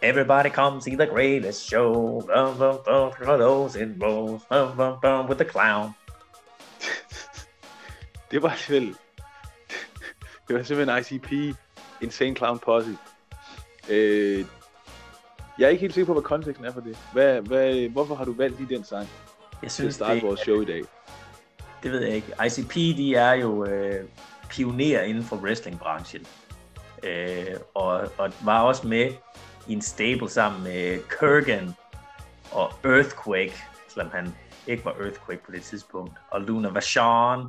Everybody come see the greatest show. Bum, bum, bum, for those in rows. Bum, bum, bum, with the clown. Det var alligevel... Det var simpelthen ICP, Insane Clown Posse. Jeg er ikke helt sikker på, hvad konteksten er for det. Hvorfor har du valgt lige den sang Jeg til at synes, starte vores show i dag? det ved jeg ikke. ICP, de er jo pionerer inden for wrestlingbranchen. Og var også med i en stable sammen med Kurgan og Earthquake, selvom han ikke var Earthquake på det tidspunkt, og Luna Vachon.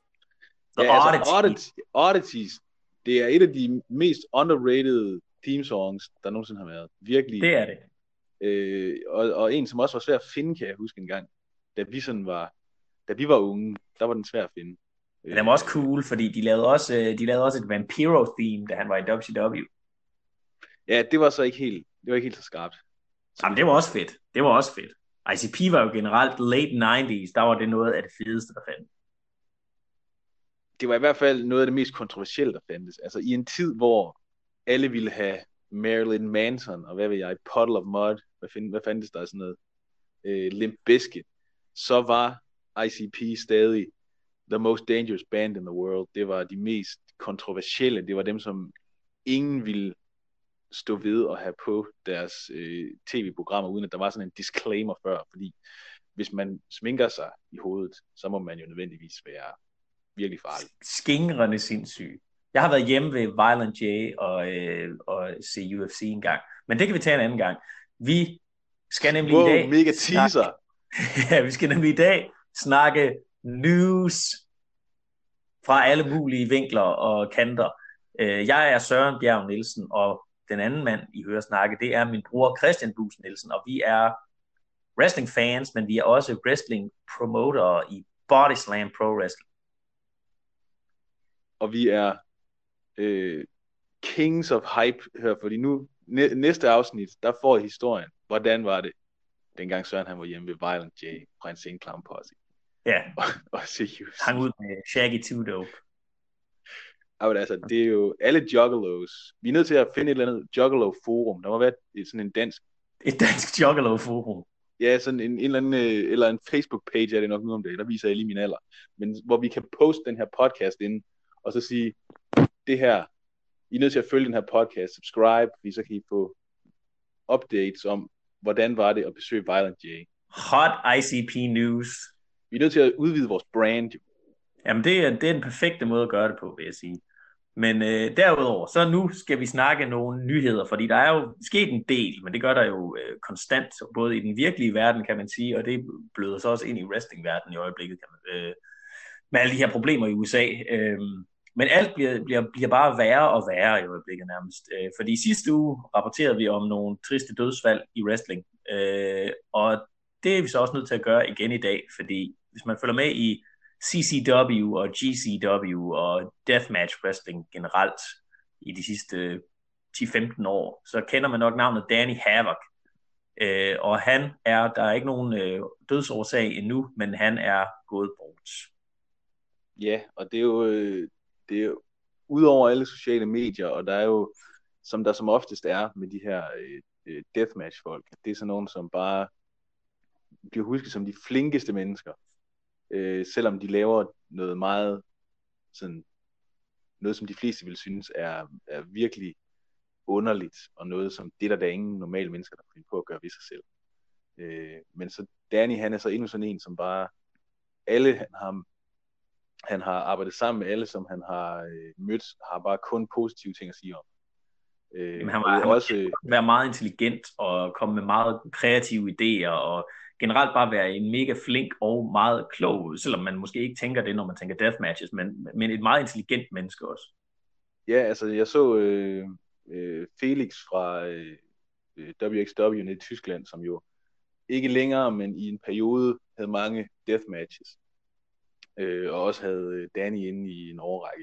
Oddities, det er et af de mest underrated theme songs, der nogensinde har været. Virkelig. Det er det. Og en, som også var svær at finde, kan jeg huske en gang. Da vi var unge, der var den svær at finde. Den var også cool, fordi de lavede også et Vampiro-theme, da han var i WCW. Ja, det var ikke helt så skarpt. Jamen, det var også fedt. ICP var jo generelt late 90's, der var det noget af det fedeste, der fandt. Det var i hvert fald noget af det mest kontroversielle, der fandtes. Altså i en tid, hvor alle ville have Marilyn Manson, og hvad ved jeg, Puddle of Mud, hvad fandtes der sådan noget, Limp Bizkit, så var ICP stadig the most dangerous band in the world. Det var de mest kontroversielle, det var dem, som ingen ville stå ved og have på deres tv-programmer, uden at der var sådan en disclaimer før, fordi hvis man sminker sig i hovedet, så må man jo nødvendigvis være virkelig farlig. Skingrende sindssyg. Jeg har været hjemme ved Violent J og se UFC en gang, men det kan vi tage en anden gang. Vi skal nemlig i dag mega teaser. Ja, vi skal nemlig i dag snakke news fra alle mulige vinkler og kanter. Jeg er Søren Bjerg Nielsen, og den anden mand, I hører snakke, det er min bror Christian Bus Nielsen, og vi er wrestling fans, men vi er også wrestling promotere i Body Slam Pro Wrestling. Og vi er kings of hype her, fordi nu, næste afsnit, der får I historien. Hvordan var det, dengang Søren han var hjemme ved Violent J fra Insane Clown Posse? Ja, og se UFC. Hang ud med Shaggy 2 Dope. Men altså, det er jo alle juggalos. Vi er nødt til at finde et eller andet juggalo-forum. Der må være sådan en dansk... Et dansk juggalo-forum. Ja, sådan en eller anden, eller en Facebook-page er det nok nu om det. Der viser jeg lige min alder. Men hvor vi kan poste den her podcast ind, og så sige, det her, I er nødt til at følge den her podcast, subscribe, fordi så kan I få updates om, hvordan var det at besøge Violent J. Hot ICP news. Vi er nødt til at udvide vores brand. Jamen, det er den perfekte måde at gøre det på, vil jeg sige. Men derudover, så nu skal vi snakke nogle nyheder, fordi der er jo sket en del, men det gør der jo konstant, både i den virkelige verden, kan man sige, og det bløder så også ind i wrestlingverdenen i øjeblikket, kan man, med alle de her problemer i USA. Men alt bliver bare værre og værre i øjeblikket nærmest. Fordi sidste uge rapporterede vi om nogle triste dødsfald i wrestling, og det er vi så også nødt til at gøre igen i dag, fordi hvis man følger med i CCW og GCW og Deathmatch Wrestling generelt i de sidste 10-15 år, så kender man nok navnet Danny Havoc. Og der er ikke nogen dødsårsag endnu, men han er gået bort. Ja, og det er jo ud over alle sociale medier, og der er jo, som der som oftest er med de her deathmatch-folk, det er sådan nogen, som bare bliver husket som de flinkeste mennesker. Selvom de laver noget meget sådan, noget som de fleste vil synes er virkelig underligt, og noget som det der er ingen normale mennesker, der finder på at gøre ved sig selv. Men så Danny, han er så endnu sådan en, som bare alle han har arbejdet sammen med alle, som han har mødt, har bare kun positive ting at sige om. Men han var også være meget intelligent og komme med meget kreative idéer og generelt bare være en mega flink og meget klog, selvom man måske ikke tænker det, når man tænker deathmatches, men et meget intelligent menneske også. Ja, altså jeg så Felix fra WXW i Tyskland, som jo ikke længere, men i en periode havde mange deathmatches, og også havde Danny inde i en årrække,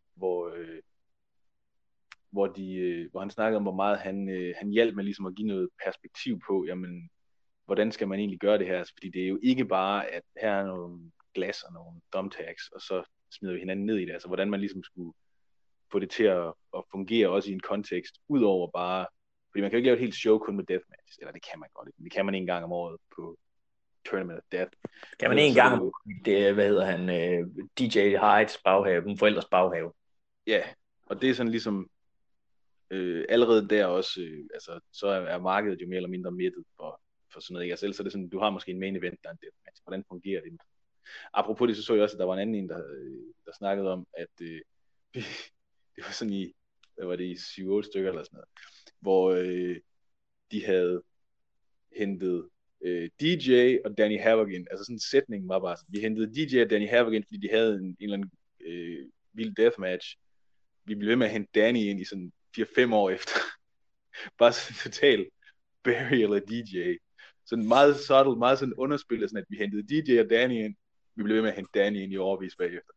hvor han snakkede om, hvor meget han hjalp med ligesom at give noget perspektiv på, jamen, hvordan skal man egentlig gøre det her? Fordi det er jo ikke bare, at her er nogle glas og nogle thumbtacks, og så smider vi hinanden ned i det. Altså, hvordan man ligesom skulle få det til at fungere også i en kontekst, udover bare Fordi man kan jo ikke lave et helt show kun med deathmatches, eller det kan man godt, det kan man en gang om året på Tournament of Death. Kan man en gang, det, hvad hedder han, DJ Hyde's baghave, den forældres baghave. Ja, og det er sådan ligesom, allerede der også, altså, så er markedet jo mere eller mindre midtet for sådan noget. Ikke? Altså, ellers er det sådan, du har måske en main event, der er en deathmatch. Hvordan fungerer det? Apropos det, så jeg også, at der var en anden en, der snakkede om, at det var sådan i, hvad var det, i 7-8 stykker eller sådan noget, hvor de havde hentet DJ og Danny Havoc ind. Altså sådan sætningen var bare sådan, vi hentede DJ og Danny Havoc ind, fordi de havde en eller anden vild deathmatch. Vi blev ved med at hente Danny ind i sådan 4-5 år efter. Bare sådan total burial af DJ. Sådan meget subtle, meget sådan underspillet, sådan at vi hentede DJ og Danny ind. Vi blev ved med at hente Danny ind i overvis bagefter.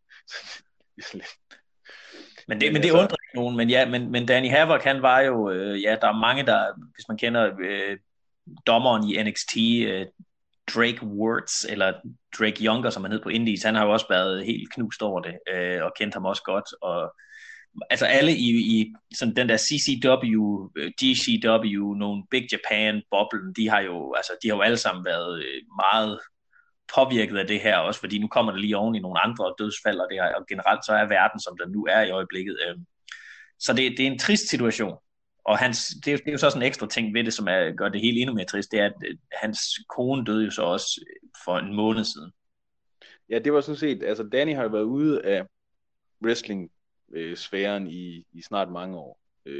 Men det undrer ikke nogen, men Danny Havoc, han var jo, der er mange, der, hvis man kender dommeren i NXT, Drake Wurtz, eller Drake Younger, som han hed på Indies, han har jo også været helt knust over det, og kendt ham også godt, og altså alle i sådan den der CCW, GCW, nogle Big Japan-boblen, de har jo alle sammen været meget påvirket af det her, også fordi nu kommer der lige oven i nogle andre dødsfald, og, det her, og generelt så er verden, som den nu er i øjeblikket. Så det er en trist situation, og det er jo så sådan en ekstra ting ved det, som gør det hele endnu mere trist, det er, at hans kone døde jo så også for en måned siden. Ja, det var sådan set, altså Danny har jo været ude af wrestling-sfæren i snart mange år.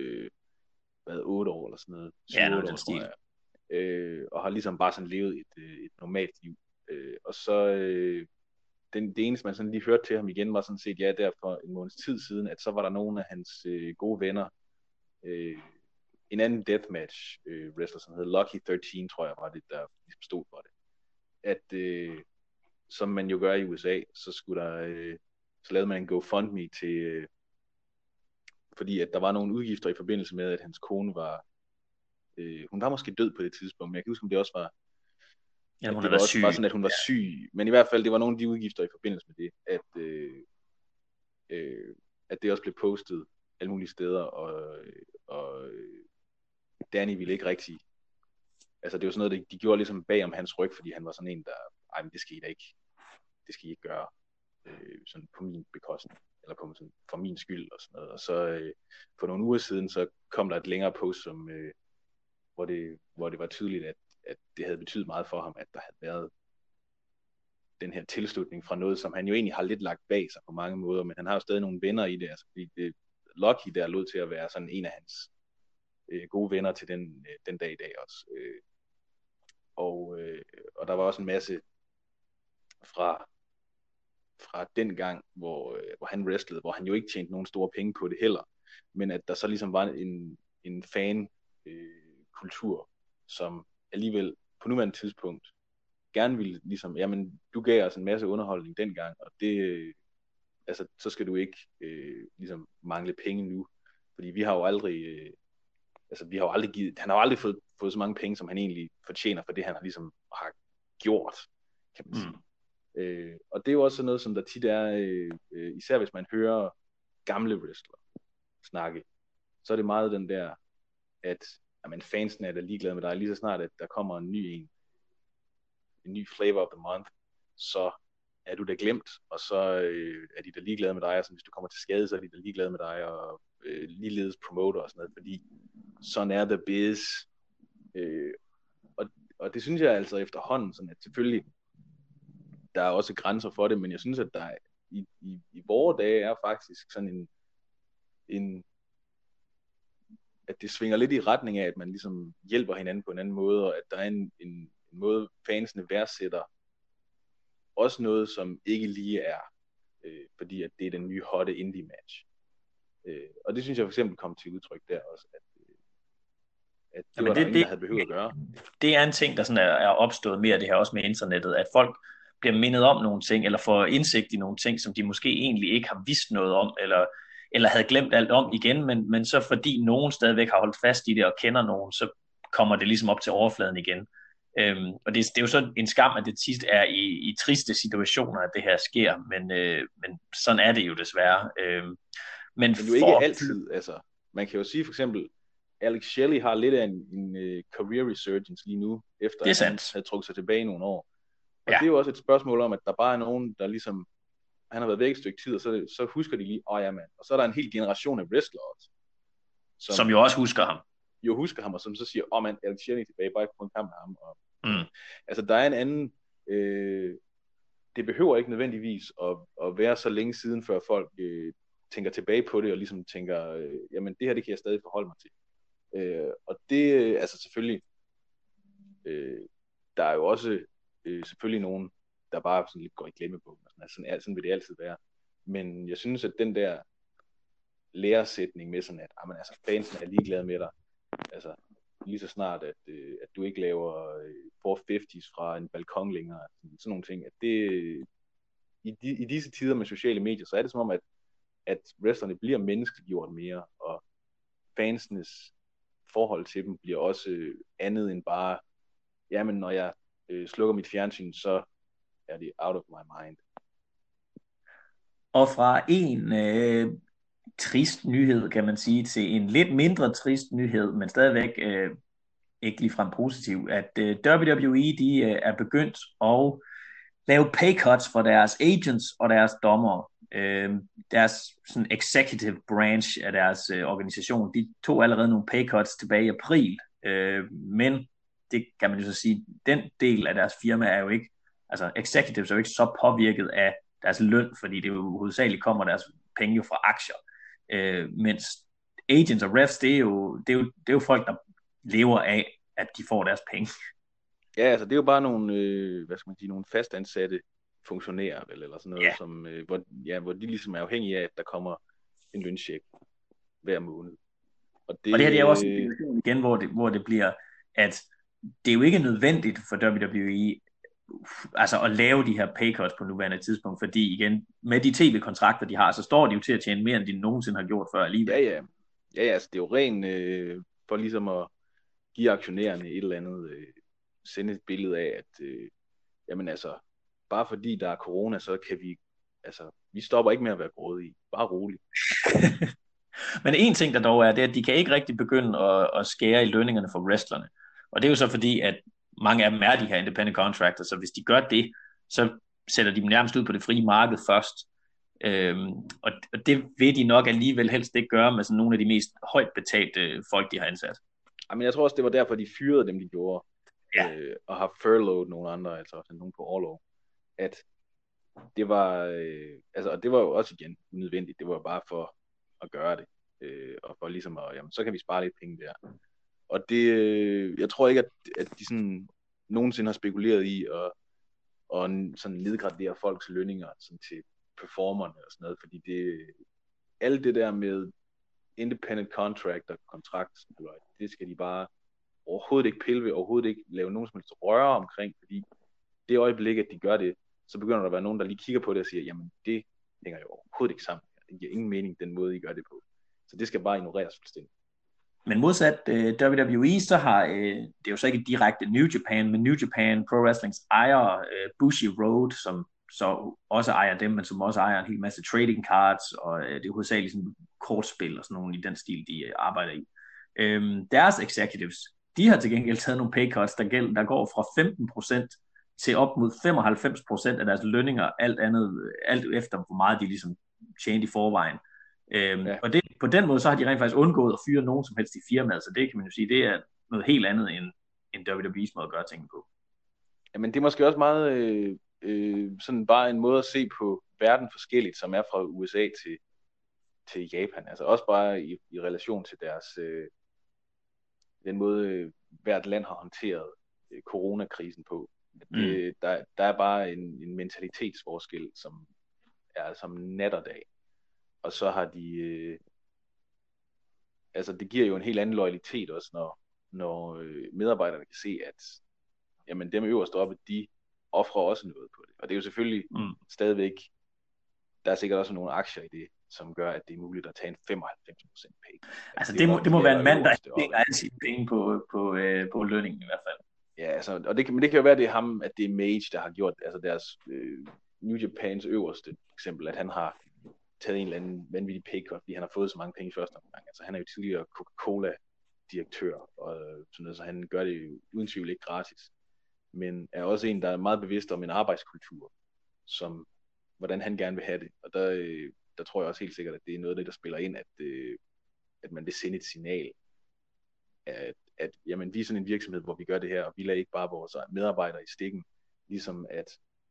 8 år eller sådan noget. 7-8 år, tror jeg. Og har ligesom bare sådan levet et normalt liv. Og så det eneste, man sådan lige hørte til ham igen, var sådan set, ja, der for en måneds tid siden, at så var der nogle af hans gode venner, en anden deathmatch wrestler, som hed Lucky 13, tror jeg, var det, der ligesom stod for det. At, som man jo gør i USA, så skulle der, så lavede man en GoFundMe til, fordi at der var nogle udgifter i forbindelse med, at hans kone var, hun var måske død på det tidspunkt, men jeg kan huske, om det også var, ja, hun det var også syg. Bare sådan, at hun var syg. Men i hvert fald, det var nogle af de udgifter i forbindelse med det, at det også blev postet alle mulige steder, og Danny ville ikke rigtig, altså det var sådan noget, de gjorde ligesom bag om hans ryg, fordi han var sådan en, der, ej, men det skal I da ikke, det skal I ikke gøre, sådan på min bekostning, eller på sådan, for min skyld, og sådan noget. Og så for nogle uger siden, så kom der et længere post, som, hvor det var tydeligt, at det havde betydet meget for ham, at der havde været den her tilslutning fra noget, som han jo egentlig har lidt lagt bag sig på mange måder, men han har jo stadig nogle venner i det, altså fordi det, Lucky der lod til at være sådan en af hans gode venner til den dag i dag også. Og der var også en masse fra den gang, hvor han wrestlede, hvor han jo ikke tjente nogen store penge på det heller, men at der så ligesom var en fan-kultur, som alligevel på nuværende tidspunkt gerne ville ligesom, jamen du gav os en masse underholdning dengang, og det, altså så skal du ikke ligesom mangle penge nu, fordi vi har jo aldrig, givet, han har jo aldrig fået så mange penge, som han egentlig fortjener for det, han ligesom har gjort, kan man sige. Og det er jo også sådan noget, som der tit er, især hvis man hører gamle wrestlere snakke, så er det meget den der, at jamen, fansen er da ligeglade med dig, lige så snart, at der kommer en ny flavor of the month, så er du da glemt, og så er de da ligeglade med dig, og så hvis du kommer til skade, så er de da ligeglade med dig, og ligeledes promoter og sådan noget, fordi sådan er the biz. Og det synes jeg altså efterhånden, sådan at selvfølgelig, der er også grænser for det, men jeg synes, at der i vore dage er faktisk sådan at det svinger lidt i retning af, at man ligesom hjælper hinanden på en anden måde, og at der er en måde, fansene værdsætter også noget, som ikke lige er, fordi at det er den nye hotte indie match. Og det synes jeg for eksempel kom til udtryk der også, at det var der ingen, der havde behøvet at gøre. Det er en ting, der sådan er opstået mere, det her også med internettet, at folk bliver mindet om nogle ting, eller får indsigt i nogle ting, som de måske egentlig ikke har vidst noget om, eller havde glemt alt om igen, men så fordi nogen stadigvæk har holdt fast i det, og kender nogen, så kommer det ligesom op til overfladen igen. Og det er jo så en skam, at det tit er i triste situationer, at det her sker, men sådan er det jo desværre. Men jo ikke altid, altså. Man kan jo sige for eksempel, Alex Shelley har lidt af en career resurgence lige nu, efter at han havde trukket sig tilbage i nogle år. Og det er jo også et spørgsmål om, at der bare er nogen, der ligesom, han har været væk et stykke tid, og så husker de lige, ja mand. Og så er der en hel generation af wrestlere også. Som jo også husker ham. Jo husker ham, og som så siger, mand, Alex Shelley tilbage, bare ikke få en kamp med ham. Og, altså, der er en anden, det behøver ikke nødvendigvis at være så længe siden, før folk tænker tilbage på det, og ligesom tænker, jamen det her, det kan jeg stadig forholde mig til. Og det, altså selvfølgelig, der er jo også selvfølgelig nogen, der bare sådan lidt går i glemmebogen. Sådan vil det altid være. Men jeg synes, at den der læresætning med sådan, at altså, fansen er ligeglade med dig. Altså, lige så snart, at du ikke laver 450's fra en balkon længere. Sådan nogle ting. At det, i disse tider med sociale medier, så er det som om, at wrestlerne bliver menneskeliggjort mere, og fansenes forhold til dem bliver også andet end bare, jamen når jeg slukker mit fjernsyn, så er det out of my mind. Og fra en trist nyhed, kan man sige, til en lidt mindre trist nyhed, men stadigvæk ikke ligefrem positiv, at WWE de er begyndt at lave pay cuts for deres agents og deres dommere. Deres sådan executive branch af deres organisation, de tog allerede nogle pay cuts tilbage i april, men det kan man jo så sige, den del af deres firma er jo ikke, altså executives er jo ikke så påvirket af deres løn, fordi det jo hovedsageligt kommer deres penge jo fra aktier, mens agents og refs, det er jo folk, der lever af, at de får deres penge. Ja, altså det er jo bare nogle, nogle fastansatte funktionærer, eller sådan noget, som, hvor de ligesom er afhængige af, at der kommer en løncheck hver måned. Og det her det er også en situation igen, hvor det bliver, at det er jo ikke nødvendigt for WWE altså at lave de her pay cuts på nuværende tidspunkt, fordi igen, med de tv-kontrakter, de har, så står de jo til at tjene mere, end de nogensinde har gjort før alligevel. Ja, altså det er jo ren for ligesom at give aktionærerne et eller andet, sende et billede af, at jamen altså, bare fordi der er corona, så kan vi stopper ikke med at være grådige. Bare roligt. Men en ting, der dog er, det er, at de kan ikke rigtig begynde at skære i lønningerne for wrestlerne. Og det er jo så fordi, at mange af dem er de her independent contractors, så hvis de gør det, så sætter de dem nærmest ud på det frie marked først. Og det vil de nok alligevel helst ikke gøre med sådan nogle af de mest højt betalte folk, de har ansat. Men jeg tror også, det var derfor, de fyrede dem, de gjorde. Og har furloughed nogle andre, altså nogen på orlov. At det var, og det var jo også igen unødvendigt. Det var jo bare for at gøre det. Og for ligesom at, jamen, så kan vi spare lidt penge der. Og det, jeg tror ikke, at de sådan nogensinde har spekuleret i at sådan nedgradere folks lønninger sådan til performerne og sådan noget, fordi alt det der med independent contract og kontrakt, det skal de bare overhovedet ikke pille ved, overhovedet ikke lave nogen som helst røre omkring, fordi det øjeblik, at de gør det, så begynder der at være nogen, der lige kigger på det og siger, jamen det hænger jo overhovedet ikke sammen. Det giver ingen mening, den måde, I gør det på. Så det skal bare ignoreres fuldstændig. Men modsat WWE, så har, det er jo så ikke direkte New Japan, men New Japan Pro Wrestlings ejer Bushiroad, som så også ejer dem, men som også ejer en hel masse trading cards, og det er hovedsageligt sådan kortspil og sådan nogle i den stil, de arbejder i. Deres executives, de har til gengæld taget nogle pay cuts, der går fra 15% til op mod 95% af deres lønninger, alt efter hvor meget de ligesom tjente i forvejen. Og det, på den måde, så har de rent faktisk undgået at fyre nogen som helst i firmaet, så det kan man jo sige, det er noget helt andet end WWE's måde at gøre tingene på. Jamen det er måske også meget sådan bare en måde at se på verden forskelligt, som er fra USA til Japan, altså også bare i relation til deres den måde hvert land har håndteret coronakrisen på. Der er bare en mentalitetsforskel, som er som nat og dag. Og så har de det giver jo en helt anden loyalitet også, når medarbejderne kan se, at jamen dem øverst oppe, de offrer også noget på det. Og det er jo selvfølgelig stadigvæk, der er sikkert også nogle aktier i det, som gør, at det er muligt at tage en 95% pay. Altså det må være en mand, der ikke alle sine penge på lønningen i hvert fald. Ja, altså, og det kan jo være, det er ham, at det er Mage, der har gjort, altså deres New Japans øverste eksempel, at han har taget en eller anden vanvittig pay cut, fordi han har fået så mange penge i første omgang. Altså han er jo tidligere Coca-Cola direktør, og sådan noget, så han gør det jo uden tvivl ikke gratis, men er også en, der er meget bevidst om en arbejdskultur, som hvordan han gerne vil have det, og der tror jeg også helt sikkert, at det er noget af det, der spiller ind, at man vil sende et signal, at jamen, vi er sådan en virksomhed, hvor vi gør det her, og vi lader ikke bare vores medarbejdere i stikken, ligesom at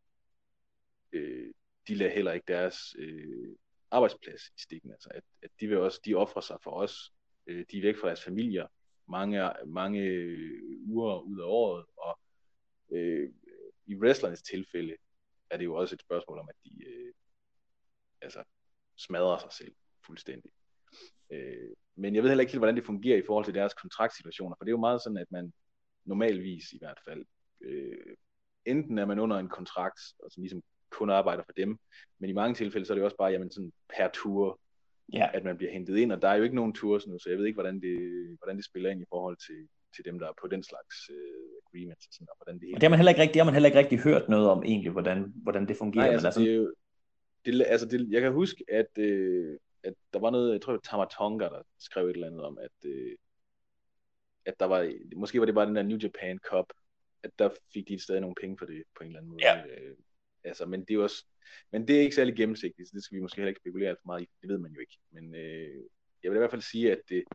de lader heller ikke deres arbejdsplads i stikken, altså at de offrer sig for os, de er væk fra deres familier mange uger ud af året, og i wrestlernes tilfælde er det jo også et spørgsmål om, at de altså smadrer sig selv fuldstændig. Men jeg ved heller ikke helt, hvordan det fungerer i forhold til deres kontraktsituationer, for det er jo meget sådan, at man normalvis i hvert fald, enten er man under en kontrakt, og som ligesom kun arbejder for dem, men i mange tilfælde, så er det også bare, jamen sådan per tur, at man bliver hentet ind, og der er jo ikke nogen tours nu, så jeg ved ikke, hvordan det spiller ind i forhold til dem, der er på den slags agreements, og sådan, og hvordan det hele... Og det har man heller ikke rigtig hørt noget om egentlig, hvordan det fungerer. Nej, altså, men altså... jeg kan huske, at der var noget, jeg tror, det var Tamatonga, der skrev et eller andet om, at der var, måske var det bare den der New Japan Cup, at der fik de stadig nogle penge for det, på en eller anden måde. Ja. Altså, men det er ikke særlig gennemsigtigt, så det skal vi måske heller ikke spekulere for meget i, det ved man jo ikke. Men jeg vil i hvert fald sige, at det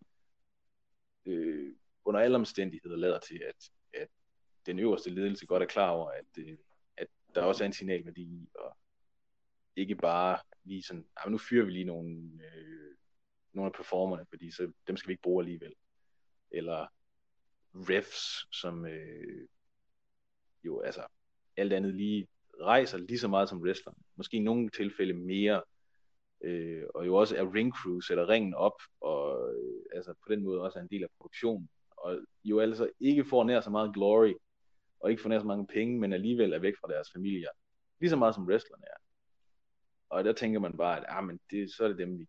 under alle omstændigheder lader til, at den øverste ledelse godt er klar over, at der også er en signalværdi i, og ikke bare lige sådan, nu fyrer vi lige nogle af performerne, fordi så dem skal vi ikke bruge alligevel. Eller refs, som jo altså alt andet lige rejser lige så meget som wrestlerne. Måske i nogle tilfælde mere, og jo også er ring crew, sætter ringen op, og altså på den måde også er en del af produktionen. Og jo altså ikke får nær så meget glory, og ikke får nær så mange penge, men alligevel er væk fra deres familier. Lige så meget som wrestlerne er. Og der tænker man bare, at så er det dem, vi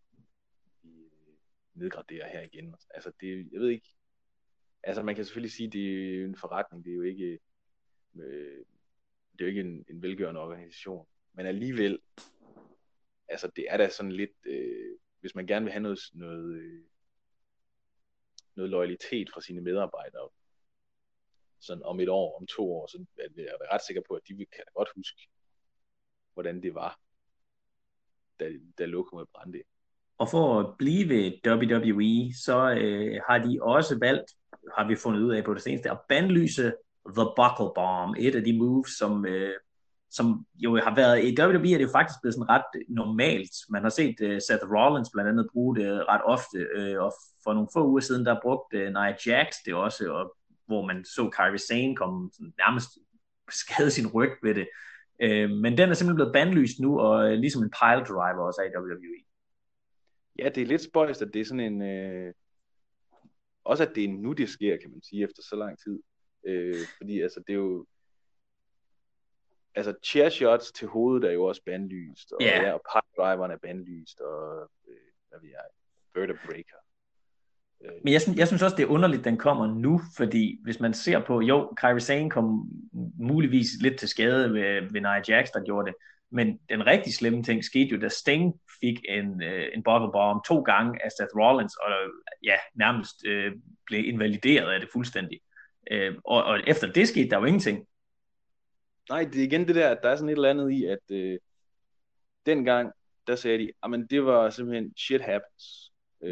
nedgraderer her igen. Altså jeg ved ikke, altså man kan selvfølgelig sige, at det er en forretning, det er jo ikke en velgørende organisation, men alligevel, altså det er da sådan lidt, hvis man gerne vil have noget loyalitet fra sine medarbejdere, sådan om et år, om 2 år, så er jeg ret sikker på, at de kan da godt huske, hvordan det var, da lokummet brændte. Og for at blive ved WWE, så har de også valgt, har vi fundet ud af på det seneste, at bandlyse The Buckle Bomb, et af de moves, som jo har været i WWE, er det jo faktisk blevet sådan ret normalt. Man har set Seth Rollins blandt andet bruge det ret ofte, og for nogle få uger siden, der brugte Nia Jax det også, og hvor man så Kairi Sane komme nærmest skade sin ryg ved det. Men den er simpelthen blevet bandlyst nu, og ligesom en pile driver også af WWE. Ja, det er lidt spøjst, at det er sådan en... også at det er nu, det sker, kan man sige, efter så lang tid. Fordi altså, det er jo... Altså, chair shots til hovedet er jo også bandlyst, og, og pile-driveren er bandlyst, og hvad ved jeg, vertebreaker. Men jeg synes også, det er underligt, den kommer nu, fordi hvis man ser på, Kairi Sane kom muligvis lidt til skade ved Nia Jax, der gjorde det, men den rigtig slemme ting skete jo, da Sting fik en buckle bomb 2 gange af Seth Rollins, og nærmest blev invalideret af det fuldstændig. Og efter det skete der jo ingenting. Nej, det er igen det der, at der er sådan et eller andet i, at dengang, der sagde de, men det var simpelthen shit happens.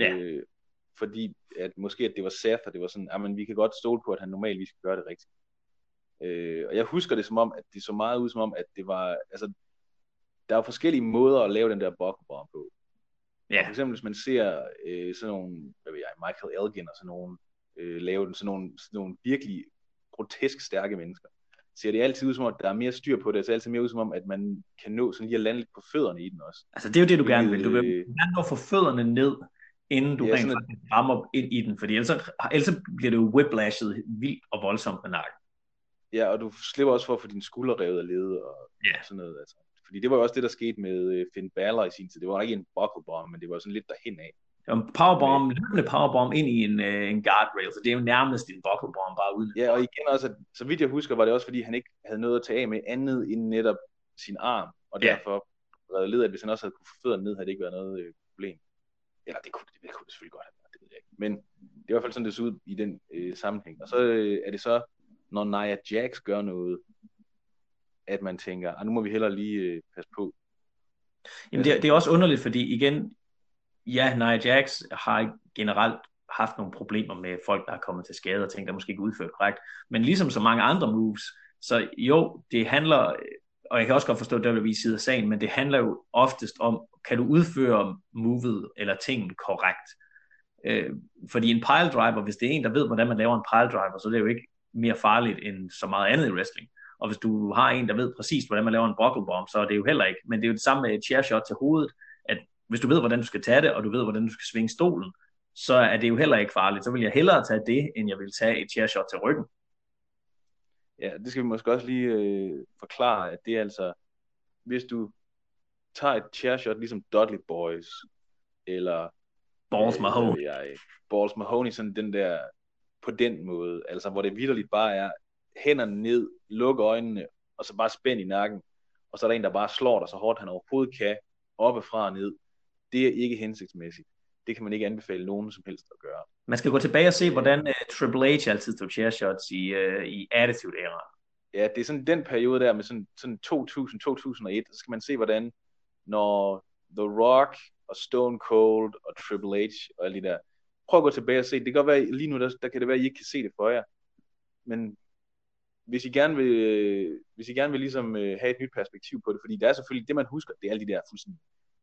Fordi at måske at det var Seth, og det var sådan, men vi kan godt stole på, at han normalt skal gøre det rigtigt. Og jeg husker det som om, at det så meget ud som om, at det var, altså, der er forskellige måder at lave den der buckle bomb på. For eksempel hvis man ser sådan nogle, hvad ved jeg, Michael Elgin og sådan nogle, lave den, sådan nogle virkelig grotesk stærke mennesker, ser det altid ud som om, at der er mere styr på det, så altid mere ud som om, at man kan nå sådan lige at lande lidt på fødderne i den også. Altså det er jo det, du gerne vil. Du vil gerne nå få fødderne ned, inden du rent faktisk rammer ind i den, fordi ellers bliver det jo whiplashet vildt og voldsomt med nakken. Ja, og du slipper også for at få dine skuldre revet af led og sådan noget. Altså. Fordi det var jo også det, der skete med Finn Balor i sin tid. Det var ikke en buckle bomb, men det var sådan lidt derhen af. Det var en powerbomb, løbende powerbomb ind i en guardrail, så det er jo nærmest en buckle bomb bare uden. Ja, og igen også, så vidt jeg husker, var det også fordi, han ikke havde noget at tage af med andet end netop sin arm, og derfor redde led, at hvis han også havde kunne få fødderne ned, havde det ikke været noget problem. Eller det kunne det selvfølgelig godt have været. Men det er i hvert fald sådan, det ser ud i den sammenhæng. Og så er det så, når Nia Jax gør noget, at man tænker, nu må vi hellere lige passe på. Jamen det er også underligt, fordi igen, ja, Nia Jax har generelt haft nogle problemer med folk, der er kommet til skade og ting, der måske ikke er udført korrekt. Men ligesom så mange andre moves, så jo, det handler, og jeg kan også godt forstå, at der vil vise side af sagen, men det handler jo oftest om, kan du udføre movet eller tingen korrekt? Fordi en pile driver, hvis det er en, der ved, hvordan man laver en pile driver, så er det jo ikke mere farligt end så meget andet i wrestling. Og hvis du har en, der ved præcis, hvordan man laver en buckle bomb, så er det jo heller ikke. Men det er jo det samme med et chair shot til hovedet, at hvis du ved, hvordan du skal tage det, og du ved, hvordan du skal svinge stolen, så er det jo heller ikke farligt. Så vil jeg hellere tage det, end jeg vil tage et chair shot til ryggen. Ja, det skal vi måske også lige forklare, at det er altså, hvis du tager et chair shot ligesom Dudley Boys, eller Balls Mahoney. Balls Mahoney, sådan den der, på den måde, altså hvor det vitterligt bare er hænderne ned, lukke øjnene, og så bare spænd i nakken, og så er der en, der bare slår dig så hårdt, han overhovedet kan, oppefra og ned. Det er ikke hensigtsmæssigt. Det kan man ikke anbefale nogen som helst at gøre. Man skal gå tilbage og se, hvordan Triple H altid tog chair shots i Attitude-æraen. Ja, det er sådan den periode der med sådan 2000-2001, så skal man se, hvordan når The Rock og Stone Cold og Triple H og alle de der, prøv at gå tilbage og se, det kan godt være, lige nu der kan det være, at I ikke kan se det for jer, men hvis I gerne vil ligesom have et nyt perspektiv på det, fordi det er selvfølgelig, det man husker, det er alle de der fuldstændig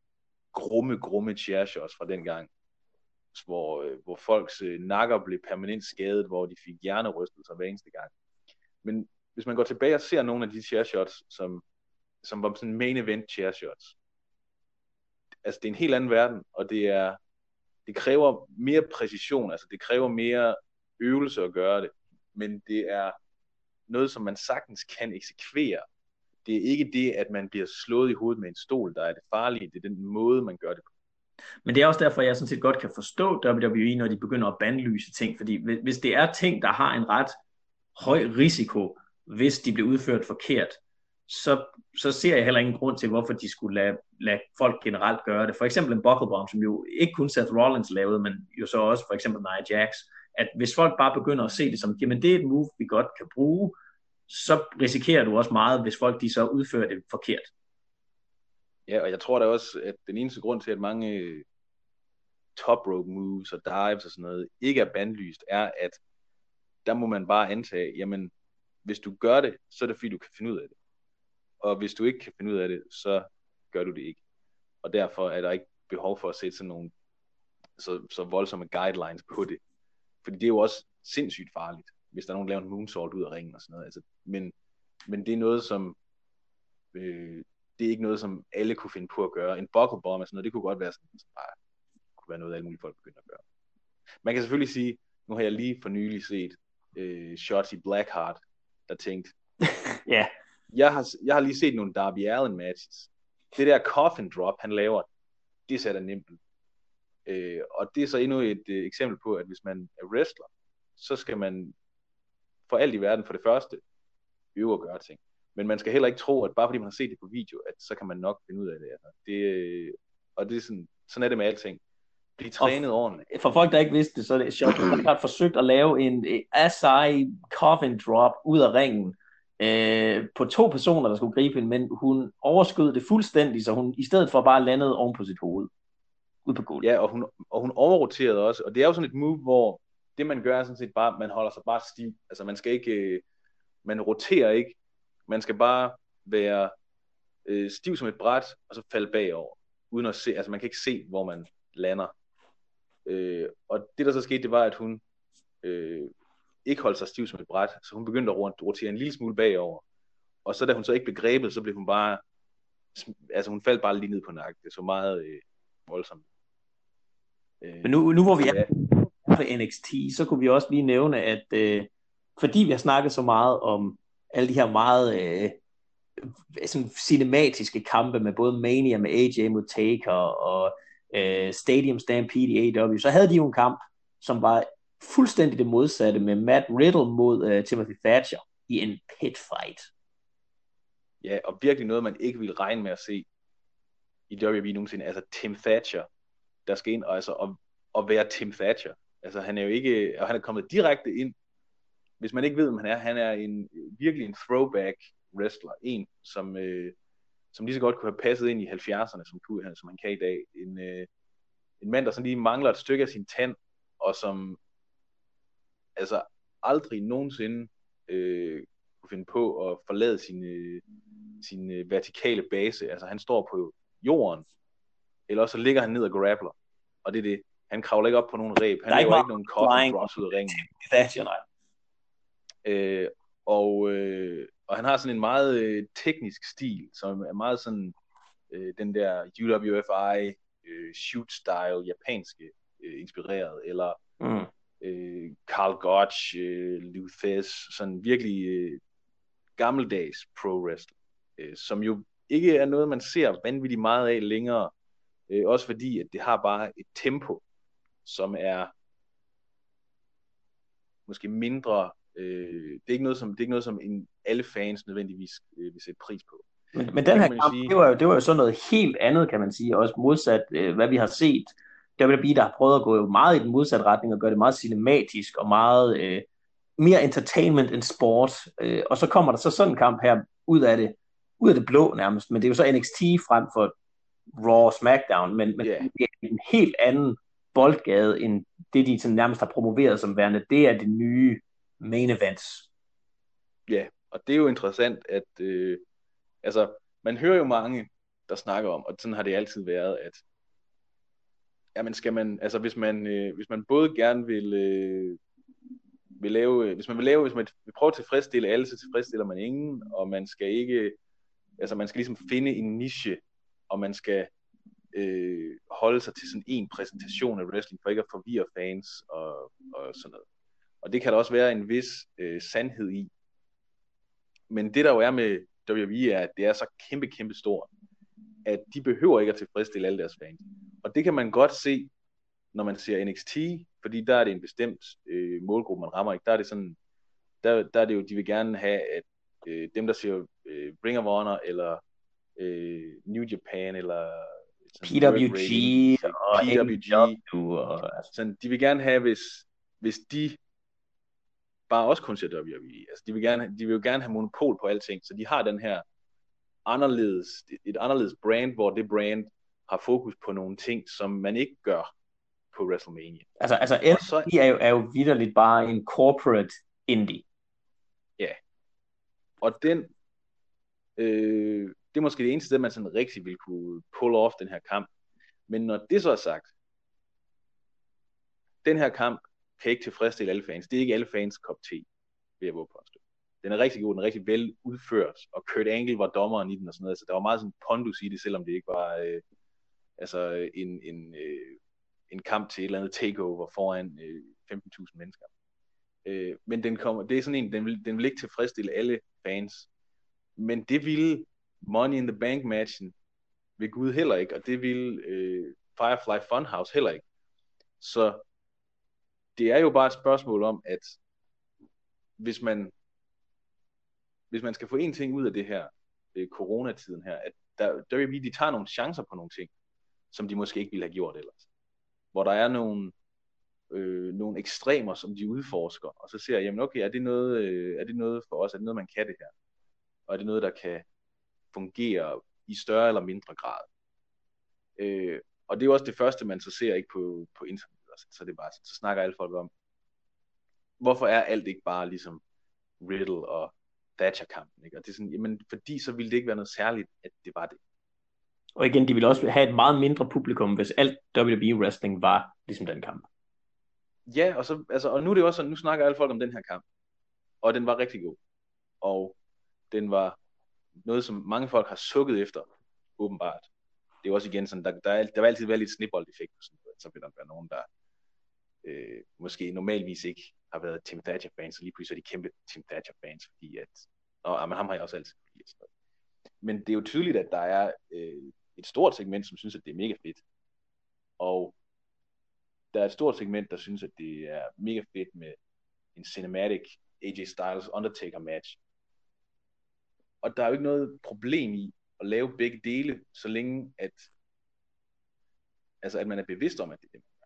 grumme chair shots fra den gang, hvor folks nakker blev permanent skadet, hvor de fik hjernerystelser hver eneste gang. Men hvis man går tilbage og ser nogle af de chair shots, som var sådan main event chair shots, altså det er en helt anden verden, og det kræver mere præcision, altså det kræver mere øvelse at gøre det, men det er noget, som man sagtens kan eksekvere. Det er ikke det, at man bliver slået i hovedet med en stol, der er det farlige, det er den måde, man gør det på. Men det er også derfor, jeg sådan set godt kan forstå WWE, når de begynder at bandlyse ting, fordi hvis det er ting, der har en ret høj risiko, hvis de bliver udført forkert, så ser jeg heller ingen grund til, hvorfor de skulle lade folk generelt gøre det. For eksempel en buckle bomb, som jo ikke kun Seth Rollins lavede, men jo så også for eksempel Nia Jax, at hvis folk bare begynder at se det som, jamen det er et move, vi godt kan bruge, så risikerer du også meget, hvis folk de så udfører det forkert. Ja, og jeg tror da også, at den eneste grund til, at mange top rope moves og dives og sådan noget ikke er bandlyst, er, at der må man bare antage, jamen hvis du gør det, så er det fordi, du kan finde ud af det. Og hvis du ikke kan finde ud af det, så gør du det ikke. Og derfor er der ikke behov for at sætte sådan nogle så voldsomme guidelines på det. Fordi det er jo også sindssygt farligt, hvis der er nogen, der laver en moonsault ud af ringen og sådan noget. Altså, men det er noget, som det er ikke noget, som alle kunne finde på at gøre. En buckle bomb og sådan noget, det kunne godt være sådan, som bare kunne være noget, alle mulige folk begynder at gøre. Man kan selvfølgelig sige, nu har jeg lige for nylig set Shotzi Blackheart, der tænkte, ja. Jeg har lige set nogle Darby Allin matches. Det der coffin drop, han laver, det sætter nemt ud. Og det er så endnu et eksempel på, at hvis man er wrestler, så skal man for alt i verden for det første øve at gøre ting. Men man skal heller ikke tro, at bare fordi man har set det på video, at så kan man nok finde ud af det. Altså. Og det er sådan er det med alting. Blive trænet ordentligt. For folk, der ikke vidste det, så er det sjovt. Han har forsøgt at lave en Asai coffin drop ud af ringen på 2 personer, der skulle gribe hende, men hun overskød det fuldstændig, så hun i stedet for bare landede oven på sit hoved. Ud på gulvet. Ja, og hun overroterede også. Og det er jo sådan et move, hvor det man gør er sådan set bare, man holder sig bare stiv. Altså man skal ikke, man roterer ikke. Man skal bare være stiv som et bræt, og så falde bagover. Uden at se, altså man kan ikke se, hvor man lander. Og det der så skete, det var, at hun ikke holdt sig stiv som et bræt, så hun begyndte at rotere en lille smule bagover. Og så da hun så ikke blev grebet, så blev hun bare, altså hun faldt bare lige ned på nakken. Det er så meget voldsomt. Men nu hvor vi er på NXT, så kunne vi også lige nævne, at fordi vi har snakket så meget om alle de her meget sådan cinematiske kampe med både Mania med AJ mod Taker og Stadium Stampede i AEW, så havde de jo en kamp, som var fuldstændig det modsatte med Matt Riddle mod Timothy Thatcher i en pit fight. Ja, og virkelig noget, man ikke ville regne med at se i WWE nogensinde. Altså Tim Thatcher, der skal ind og at være Tim Thatcher. Altså han er jo ikke, og han er kommet direkte ind. Hvis man ikke ved, hvem han er virkelig en throwback wrestler. En, som lige så godt kunne have passet ind i 70'erne, som han kan i dag. En mand, der sådan lige mangler et stykke af sin tand, og som altså aldrig nogensinde kunne finde på at forlade sin vertikale base. Altså han står på jorden, eller så ligger han ned og grappler. Og det er det. Han kravler ikke op på nogen reb. Han laver ikke nogen coffin drops ud af ringen. Thatcher, nej. Og han har sådan en meget teknisk stil, som er meget sådan den der UWFI shoot-style, japanske inspireret, eller Karl Gotch, Lou Thesz, sådan virkelig gammeldags pro-wrestling, som jo ikke er noget, man ser vanvittigt meget af længere, også fordi, at det har bare et tempo, som er måske mindre. Det er ikke noget, som alle fans nødvendigvis vil sætte pris på. Men den her kamp, det var jo sådan noget helt andet, kan man sige, også modsat, hvad vi har set. WWE, der har prøvet at gå meget i den modsatte retning og gøre det meget cinematisk og meget mere entertainment end sport. Og så kommer der så sådan en kamp her ud af det blå nærmest, men det er jo så NXT frem for Raw og SmackDown, men det er en helt anden boldgade end det, de sådan nærmest har promoveret som værende. Det er det nye main events. Ja, og det er jo interessant, at altså, man hører jo mange, der snakker om, og sådan har det altid været, at jamen skal man, altså hvis man både gerne hvis man vil prøve at tilfredsstille alle, så tilfredsstiller man ingen, og man skal ikke, altså man skal ligesom finde en niche, og man skal holde sig til sådan en præsentation af wrestling, for ikke at forvirre fans og sådan noget. Og det kan der også være en vis sandhed i. Men det der jo er med WWE er, at det er så kæmpe stort, at de behøver ikke at tilfredsstille alle deres fans. Og det kan man godt se, når man ser NXT, fordi der er det en bestemt målgruppe, man rammer ikke. Der er det sådan, der er det jo, de vil gerne have, at dem, der ser Ring of Honor, eller New Japan, eller PWG, og PWG, sådan, de vil gerne have, hvis de bare også kun ser WWE. Altså, de vil jo gerne have monopol på alting, så de har den her et anderledes brand, hvor det brand har fokus på nogle ting, som man ikke gør på WrestleMania. Altså NXT er jo vitterligt bare en corporate indie. Ja. Og det er måske det eneste sted, man sådan rigtig vil kunne pull off den her kamp. Men når det så er sagt, den her kamp kan ikke tilfredsstille alle fans. Det er ikke alle fans kop te, vil jeg våge på. Den er rigtig god, den er rigtig vel udført, og Kurt Angle var dommeren i den og sådan noget, så der var meget sådan pondus i det, selvom det ikke var en kamp til et eller andet takeover foran 15.000 mennesker. Men det er sådan en, den vil ikke tilfredsstille alle fans, men det ville Money in the Bank matchen ved Gud heller ikke, og det ville Firefly Funhouse heller ikke. Så det er jo bare et spørgsmål om, at hvis man skal få en ting ud af det her coronatiden her, at WWE, de tager nogle chancer på nogle ting, som de måske ikke ville have gjort ellers. Hvor der er nogle ekstremer, som de udforsker, og så ser jeg, jamen okay, er det noget for os? Er det noget, man kan det her? Og er det noget, der kan fungere i større eller mindre grad? Og det er jo også det første, man så ser ikke på internet. Så det er bare, så snakker alle folk om, hvorfor er alt ikke bare ligesom Riddle og Thatcher-kampen, ikke? Og det er sådan, jamen, fordi så ville det ikke være noget særligt, at det var det. Og igen, de ville også have et meget mindre publikum, hvis alt WWE-wrestling var ligesom den kamp. Ja, og nu er det også sådan, nu snakker alle folk om den her kamp, og den var rigtig god. Og den var noget, som mange folk har sukket efter, åbenbart. Det er også igen sådan, der vil altid være lidt snibbold-effekt, så vil der være nogen, der måske normalvis ikke har været Tim Thatcher-fans, og lige pludselig er de kæmpe Tim Thatcher-fans, fordi men ham har jeg også altid lide. Men det er jo tydeligt, at der er et stort segment, som synes, at det er mega fedt. Og der er et stort segment, der synes, at det er mega fedt med en cinematic AJ Styles Undertaker match. Og der er jo ikke noget problem i at lave begge dele, så længe at man er bevidst om, at det er det.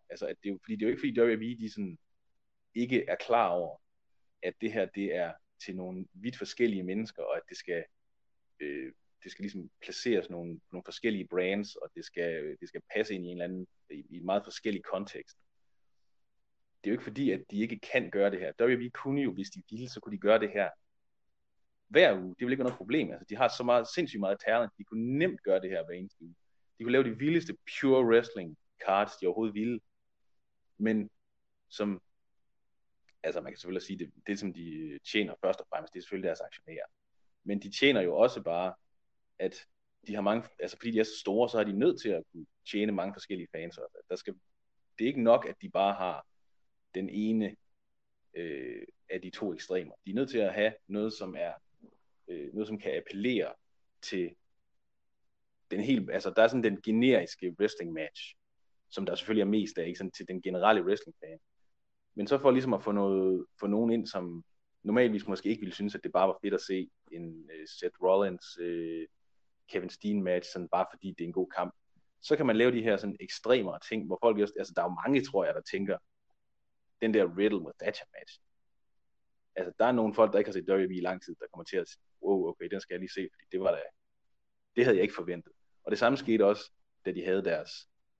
Altså, at det er jo, fordi det er jo ikke fordi WWE, de sådan ikke er klar over, at det her, det er til nogle vidt forskellige mennesker, og at det skal ligesom placeres nogle forskellige brands, og det skal passe ind i en eller anden, i en meget forskellig kontekst. Det er jo ikke fordi, at de ikke kan gøre det her. WWE kunne jo, hvis de ville, så kunne de gøre det her hver uge. Det ville ikke være noget problem. Altså, de har så meget, sindssygt meget talent. De kunne nemt gøre det her hver eneste uge. De kunne lave de vildeste pure wrestling cards, de overhovedet ville. Men som, altså man kan selvfølgelig sige, det som de tjener først og fremmest, det er selvfølgelig deres aktionærer. Men de tjener jo også bare, at de har mange, altså fordi de er så store, så har de nødt til at kunne tjene mange forskellige fans. Det er ikke nok, at de bare har den ene af de to ekstremer. De er nødt til at have noget, som er noget, som kan appellere til den helt, altså der er sådan den generiske wrestling match, som der selvfølgelig er mest af, ikke sådan til den generelle wrestling fan. Men så for ligesom at få nogen ind, som normalvis måske ikke ville synes, at det bare var fedt at se en Seth Rollins, Kevin Steen match, sådan bare fordi det er en god kamp. Så kan man lave de her sådan ekstremere ting, hvor folk også, altså der er jo mange, tror jeg, der tænker, den der Riddle mod Thatcher match. Altså der er nogle folk, der ikke har set WWE i lang tid, der kommer til at sige, wow, okay, den skal jeg lige se, fordi det havde jeg ikke forventet. Og det samme skete også, da de havde deres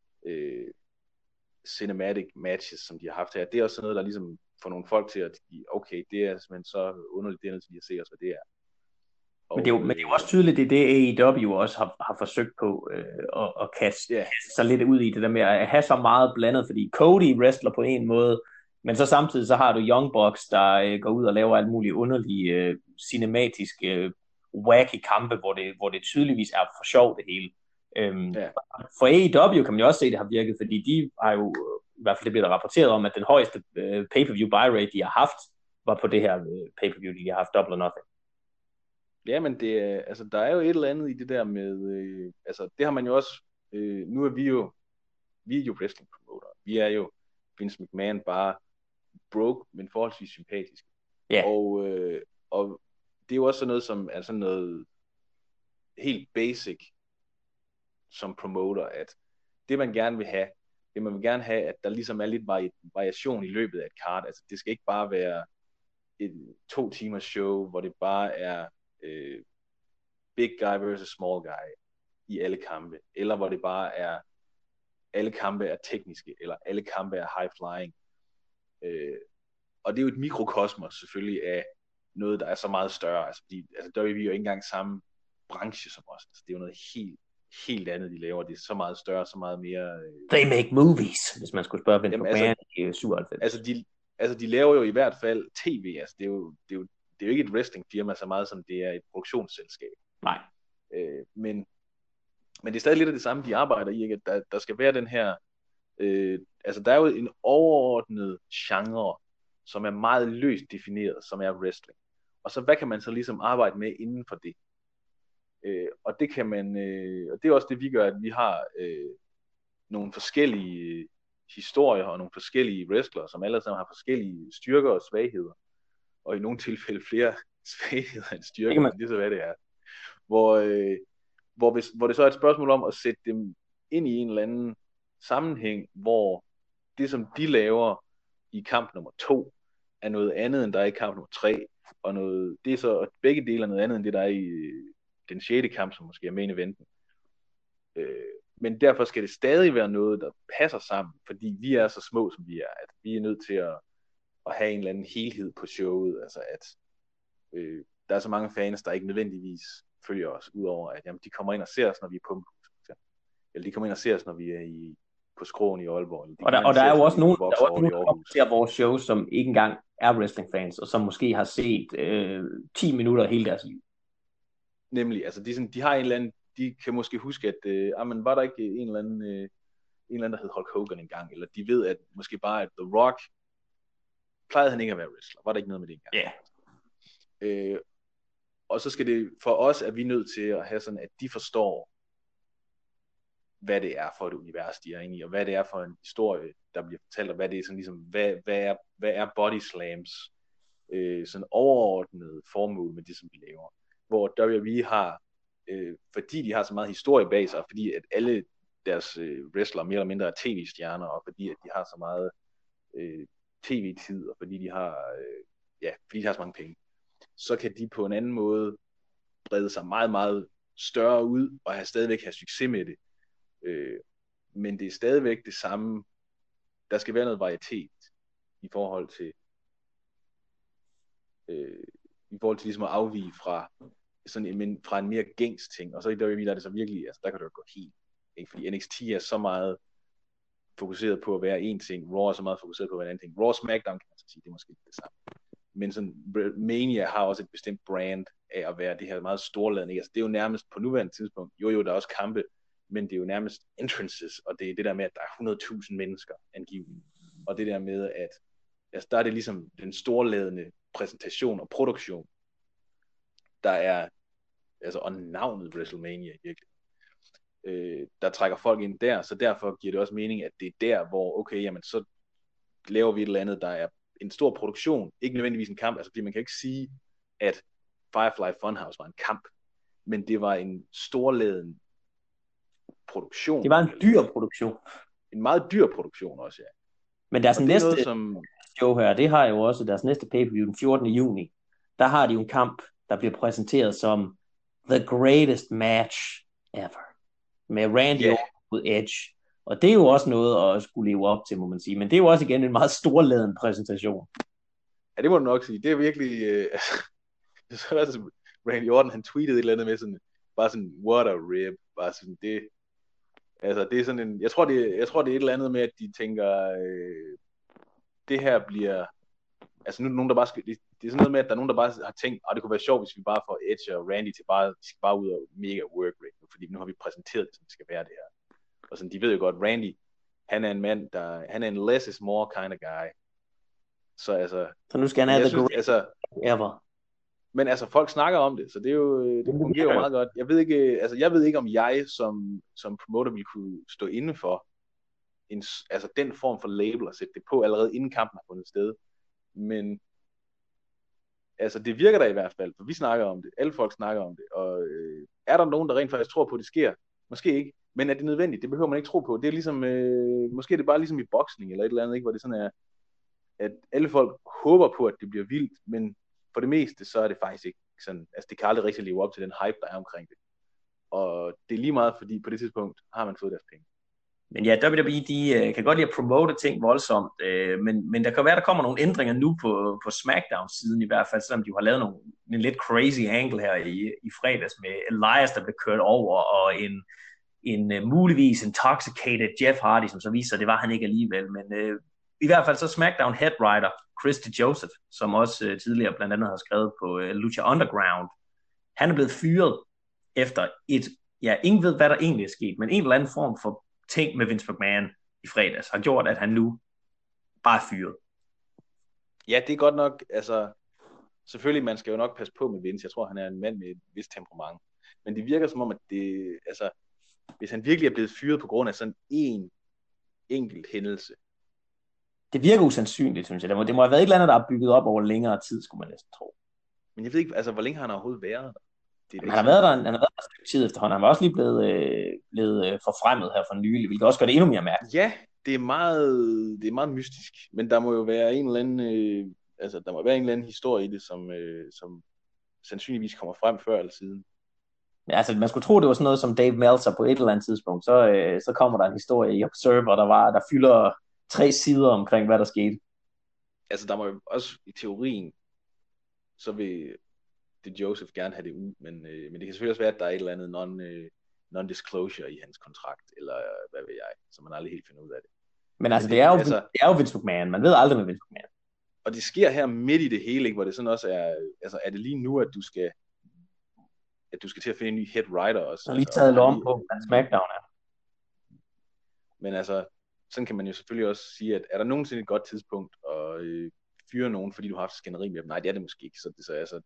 cinematic matches, som de har haft her. Det er også noget, der ligesom får nogle folk til at sige, okay, det er simpelthen så underligt, det er nødt til at se os, hvad det er. Og, men det er jo også tydeligt, det er det AEW også har forsøgt på at kaste sig lidt ud i det der med at have så meget blandet, fordi Cody wrestler på en måde, men så samtidig så har du Young Bucks, der går ud og laver alt muligt underlige cinematiske wacky kampe, hvor det tydeligvis er for sjov det hele. For AEW kan man jo også se, at det har virket, fordi de har jo, i hvert fald det bliver der rapporteret om, at den højeste pay-per-view buy rate, de har haft, var på det her pay-per-view, de har haft Double or Nothing. Ja, men altså, der er jo et eller andet i det der med, altså det har man jo også, nu er vi er jo wrestling promoter, vi er jo Vince McMahon bare broke, men forholdsvis sympatisk. Yeah. Og det er jo også sådan noget, som er sådan noget helt basic som promoter, at det man gerne vil have, at der ligesom er lidt variation i løbet af et card. Altså det skal ikke bare være et 2 timers show, hvor det bare er big guy versus small guy i alle kampe, eller hvor det bare er alle kampe er tekniske, eller alle kampe er high flying. Og det er jo et mikrokosmos selvfølgelig af noget, der er så meget større. Altså, der er vi jo ikke engang samme branche som os. Altså, det er jo noget helt andet, de laver. Det er så meget større, så meget mere... They make movies, hvis man skulle spørge Vince McMahon i 97. Altså, de laver jo i hvert fald tv. Altså, det er jo ikke et wrestlingfirma så meget, som det er et produktionsselskab. Nej. Men det er stadig lidt af det samme, de arbejder i, ikke? At der skal være den her... altså, der er jo en overordnet genre, som er meget løst defineret, som er wrestling. Og så hvad kan man så ligesom arbejde med inden for det? Og det kan man, og det er også det, vi gør, at vi har nogle forskellige historier og nogle forskellige wrestlere, som alle sammen har forskellige styrker og svagheder. Og i nogle tilfælde flere svagheder end styrker, men det er så hvad det er. Hvor det så er et spørgsmål om at sætte dem ind i en eller anden sammenhæng, hvor det, som de laver i kamp nummer 2, er noget andet, end der er i kamp nummer 3, og det er så begge dele er noget andet, end det, der er i den 6. kamp, som måske er main eventen. Men derfor skal det stadig være noget, der passer sammen, fordi vi er så små, som vi er, at vi er nødt til at have en eller anden helhed på showet, altså at der er så mange fans, der ikke nødvendigvis følger os, udover at jamen, de kommer ind og ser os, når vi er på eller de kommer ind og ser os, når vi er på Skråen i Aalborg. Og der er jo også nogen, der ser vores show, som ikke engang er wrestling-fans, og som måske har set 10 minutter hele deres liv. Nemlig, altså de har en eller anden, de kan måske huske, at men var der ikke en eller anden, der hed Hulk Hogan engang, eller de ved, at måske bare, at The Rock, plejede han ikke at være wrestler, var der ikke noget med det engang. Yeah. Og så skal det, for os er vi nødt til at have sådan, at de forstår, hvad det er for et univers, de er inde i, og hvad det er for en historie, der bliver fortalt, og hvad det er sådan ligesom, hvad er body slams, sådan overordnet formål med det, som vi laver. Hvor WWE har, fordi de har så meget historie bag sig, fordi at alle deres wrestler mere eller mindre er tv-stjerner, og fordi at de har så meget tv-tid, og fordi de har fordi de har så mange penge, så kan de på en anden måde brede sig meget, meget større ud, og stadigvæk have succes med det. Men det er stadigvæk det samme. Der skal være noget varietet i forhold til ligesom at afvige fra fra en mere gængs ting. Og så i WWE er det så virkelig, altså der kan det jo gå helt. Ikke? Fordi NXT er så meget fokuseret på at være en ting, Raw er så meget fokuseret på at være en anden ting. Raw og SmackDown kan man så sige, det er måske det samme. Men sådan, Mania har også et bestemt brand af at være det her meget storladende. Altså, det er jo nærmest på nuværende tidspunkt, jo, der er også kampe, men det er jo nærmest entrances, og det er det der med, at der er 100.000 mennesker angiveligt. Og det der med, at altså, der er det ligesom den storladende præsentation og produktion, der er, altså, og navnet WrestleMania virkelig, der trækker folk ind der, så derfor giver det også mening, at det er der, hvor, okay, jamen, så laver vi et eller andet, der er en stor produktion, ikke nødvendigvis en kamp, altså fordi man kan ikke sige, at Firefly Funhouse var en kamp, men det var en storladen produktion. Det var en dyr produktion. En meget dyr produktion også, ja. Men deres næste show her, det har jo også deres næste pay-per-view den 14. juni. Der har de jo en kamp, der bliver præsenteret som the greatest match ever. Med Randy Orton mod Edge. Og det er jo også noget at skulle leve op til, må man sige. Men det er jo også igen en meget storladen præsentation. Ja, det må du nok sige. Det er virkelig... så er det, Randy Orton, han tweetede et eller andet med sådan, bare sådan, what a rib. Bare sådan, det... Altså, det er sådan en... Jeg tror, det er et eller andet med, at de tænker, det her bliver... Altså, nu nogen, der bare skal... Det er sådan noget med, at der er nogen, der bare har tænkt, det kunne være sjovt, hvis vi bare får Edge og Randy til bare... De skal bare ud og mega work rate, fordi nu har vi præsenteret det, som det skal være det her. Og sådan, de ved jo godt, Randy, han er en mand, han er en less is more kind of guy. Så altså... Så nu skal han have the greatest ever. Men altså, folk snakker om det, så det er jo, det fungerer jo meget godt. Jeg ved ikke, om jeg som promoter ville kunne stå inde for den form for label og sætte det på allerede inden kampen har fundet sted. Men altså, det virker der i hvert fald, for vi snakker om det. Alle folk snakker om det. Og er der nogen, der rent faktisk tror på, at det sker? Måske ikke. Men er det nødvendigt? Det behøver man ikke tro på. Det er ligesom, måske er det bare ligesom i boksning eller et eller andet, ikke? Hvor det sådan er, at alle folk håber på, at det bliver vildt, men for det meste, så er det faktisk ikke sådan, altså det kan aldrig rigtig leve op til den hype, der er omkring det. Og det er lige meget, fordi på det tidspunkt har man fået deres penge. Men ja, WWE, de kan godt lide at promote ting voldsomt, men der kan være, der kommer nogle ændringer nu på SmackDown-siden i hvert fald, selvom de har lavet en lidt crazy angle her i fredags med Elias, der blev kørt over, og en muligvis intoxicated Jeff Hardy, som så viser sig, det var han ikke alligevel, men i hvert fald så SmackDown head writer Christy Joseph, som også tidligere blandt andet har skrevet på Lucha Underground, han er blevet fyret efter ingen ved, hvad der egentlig er sket, men en eller anden form for ting med Vince McMahon i fredags har gjort, at han nu bare er fyret. Ja, det er godt nok, altså selvfølgelig, man skal jo nok passe på med Vince. Jeg tror, han er en mand med et vist temperament. Men det virker som om, at det, altså, hvis han virkelig er blevet fyret på grund af sådan en enkelt hændelse. Det virker usandsynligt, synes jeg. Det må have været et eller andet, der er bygget op over længere tid, skulle man næsten tro. Men jeg ved ikke, altså, hvor længe har han overhovedet været der? Han har været der et stykke tid efterhånden. Han var også lige blevet forfremmet her for nylig, hvilket også gør det endnu mere mærkeligt. Ja, det er meget mystisk. Men der må jo være en eller anden, historie i det, som sandsynligvis kommer frem før eller siden. Ja, altså man skulle tro, det var sådan noget som Dave Meltzer på et eller andet tidspunkt. Så kommer der en historie i Observer, der fylder 3 sider omkring, hvad der skete. Altså der må jo også i teorien, så vil det Joseph gerne have det ud, men det kan selvfølgelig også være, at der er et eller andet non-disclosure i hans kontrakt, eller hvad ved jeg, så man aldrig helt finder ud af det. Men altså, det er jo Vince McMahon. Man ved aldrig med Vince McMahon. Og det sker her midt i det hele, ikke, hvor det sådan også er, altså er det lige nu, at du skal til at finde en ny head writer også. Og lige taget lom på, hvad SmackDown er. Men altså, sådan kan man jo selvfølgelig også sige, at er der nogensinde et godt tidspunkt at fyre nogen, fordi du har haft skænderi med dem? Nej, det er det måske ikke. Så altså,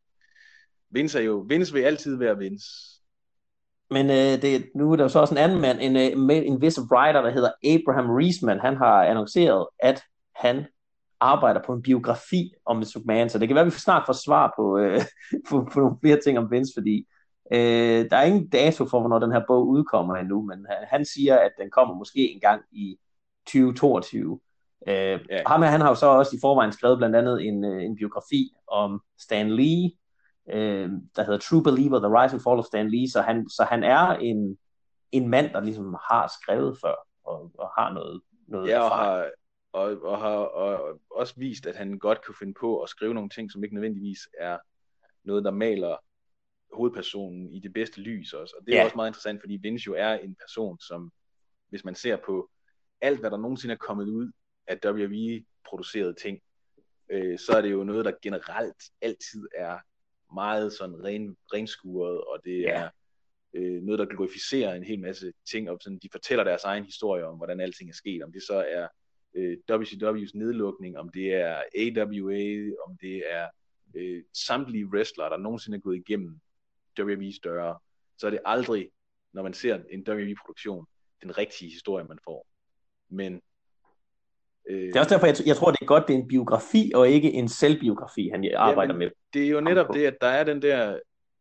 Vince vil altid være Vince. Men nu er der jo så også en anden mand, en vis writer, der hedder Abraham Reisman. Han har annonceret, at han arbejder på en biografi om Vince McMahon, så det kan være, at vi snart får svar på nogle flere ting om Vince, fordi Der er ingen dato for, hvornår den her bog udkommer endnu, men han siger, at den kommer måske en gang i 2022. Ja, Og han har jo så også i forvejen skrevet blandt andet en biografi om Stan Lee, der hedder True Believer, The Rise and Fall of Stan Lee, så han er en mand, der ligesom har skrevet før, og har noget ja, erfaring. og har også vist, at han godt kan finde på at skrive nogle ting, som ikke nødvendigvis er noget, der maler hovedpersonen i det bedste lys også. Og det er jo Ja, også meget interessant, fordi Vince jo er en person, som, hvis man ser på alt, hvad der nogensinde er kommet ud af WWE-producerede ting, så er det jo noget, der generelt altid er meget sådan renskuret, og det ja. er noget, der glorificerer en hel masse ting, og sådan, de fortæller deres egen historie om, hvordan alting er sket, om det så er WCW's nedlukning, om det er AWA, om det er samtlige wrestlere, der nogensinde er gået igennem WWE's døre, så er det aldrig, når man ser en WWE-produktion, den rigtige historie, man får. Men Det er også derfor, jeg tror, det er godt, det er en biografi, og ikke en selvbiografi, han arbejder med. det er jo netop det, at der er den der,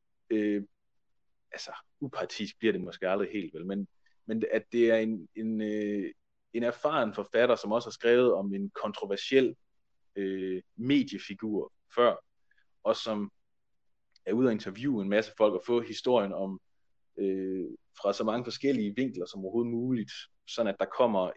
altså upartisk bliver det måske aldrig helt, vel, men at det er en erfaren forfatter, som også har skrevet om en kontroversiel mediefigur før, og som er ude at interviewe en masse folk og få historien om fra så mange forskellige vinkler som overhovedet muligt, sådan at der kommer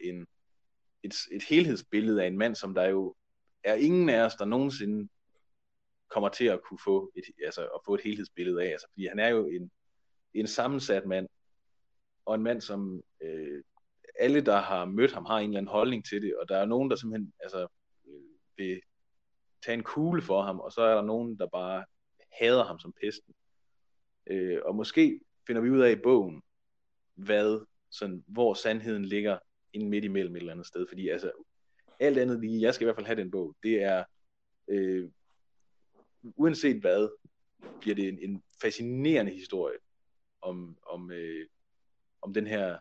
et helhedsbillede af en mand, som der jo er ingen af os, der nogensinde kommer til at kunne få et helhedsbillede af, altså, fordi han er jo en sammensat mand, og en mand, som alle, der har mødt ham, har en eller anden holdning til det, og der er nogen, der simpelthen vil tage en kugle for ham, og så er der nogen, der bare hader ham som pesten. Og måske finder vi ud af i bogen, hvor sandheden ligger inde midt imellem et eller andet sted, fordi altså, alt andet lige, jeg skal i hvert fald have den bog, det er, uanset hvad, bliver det en fascinerende historie om den her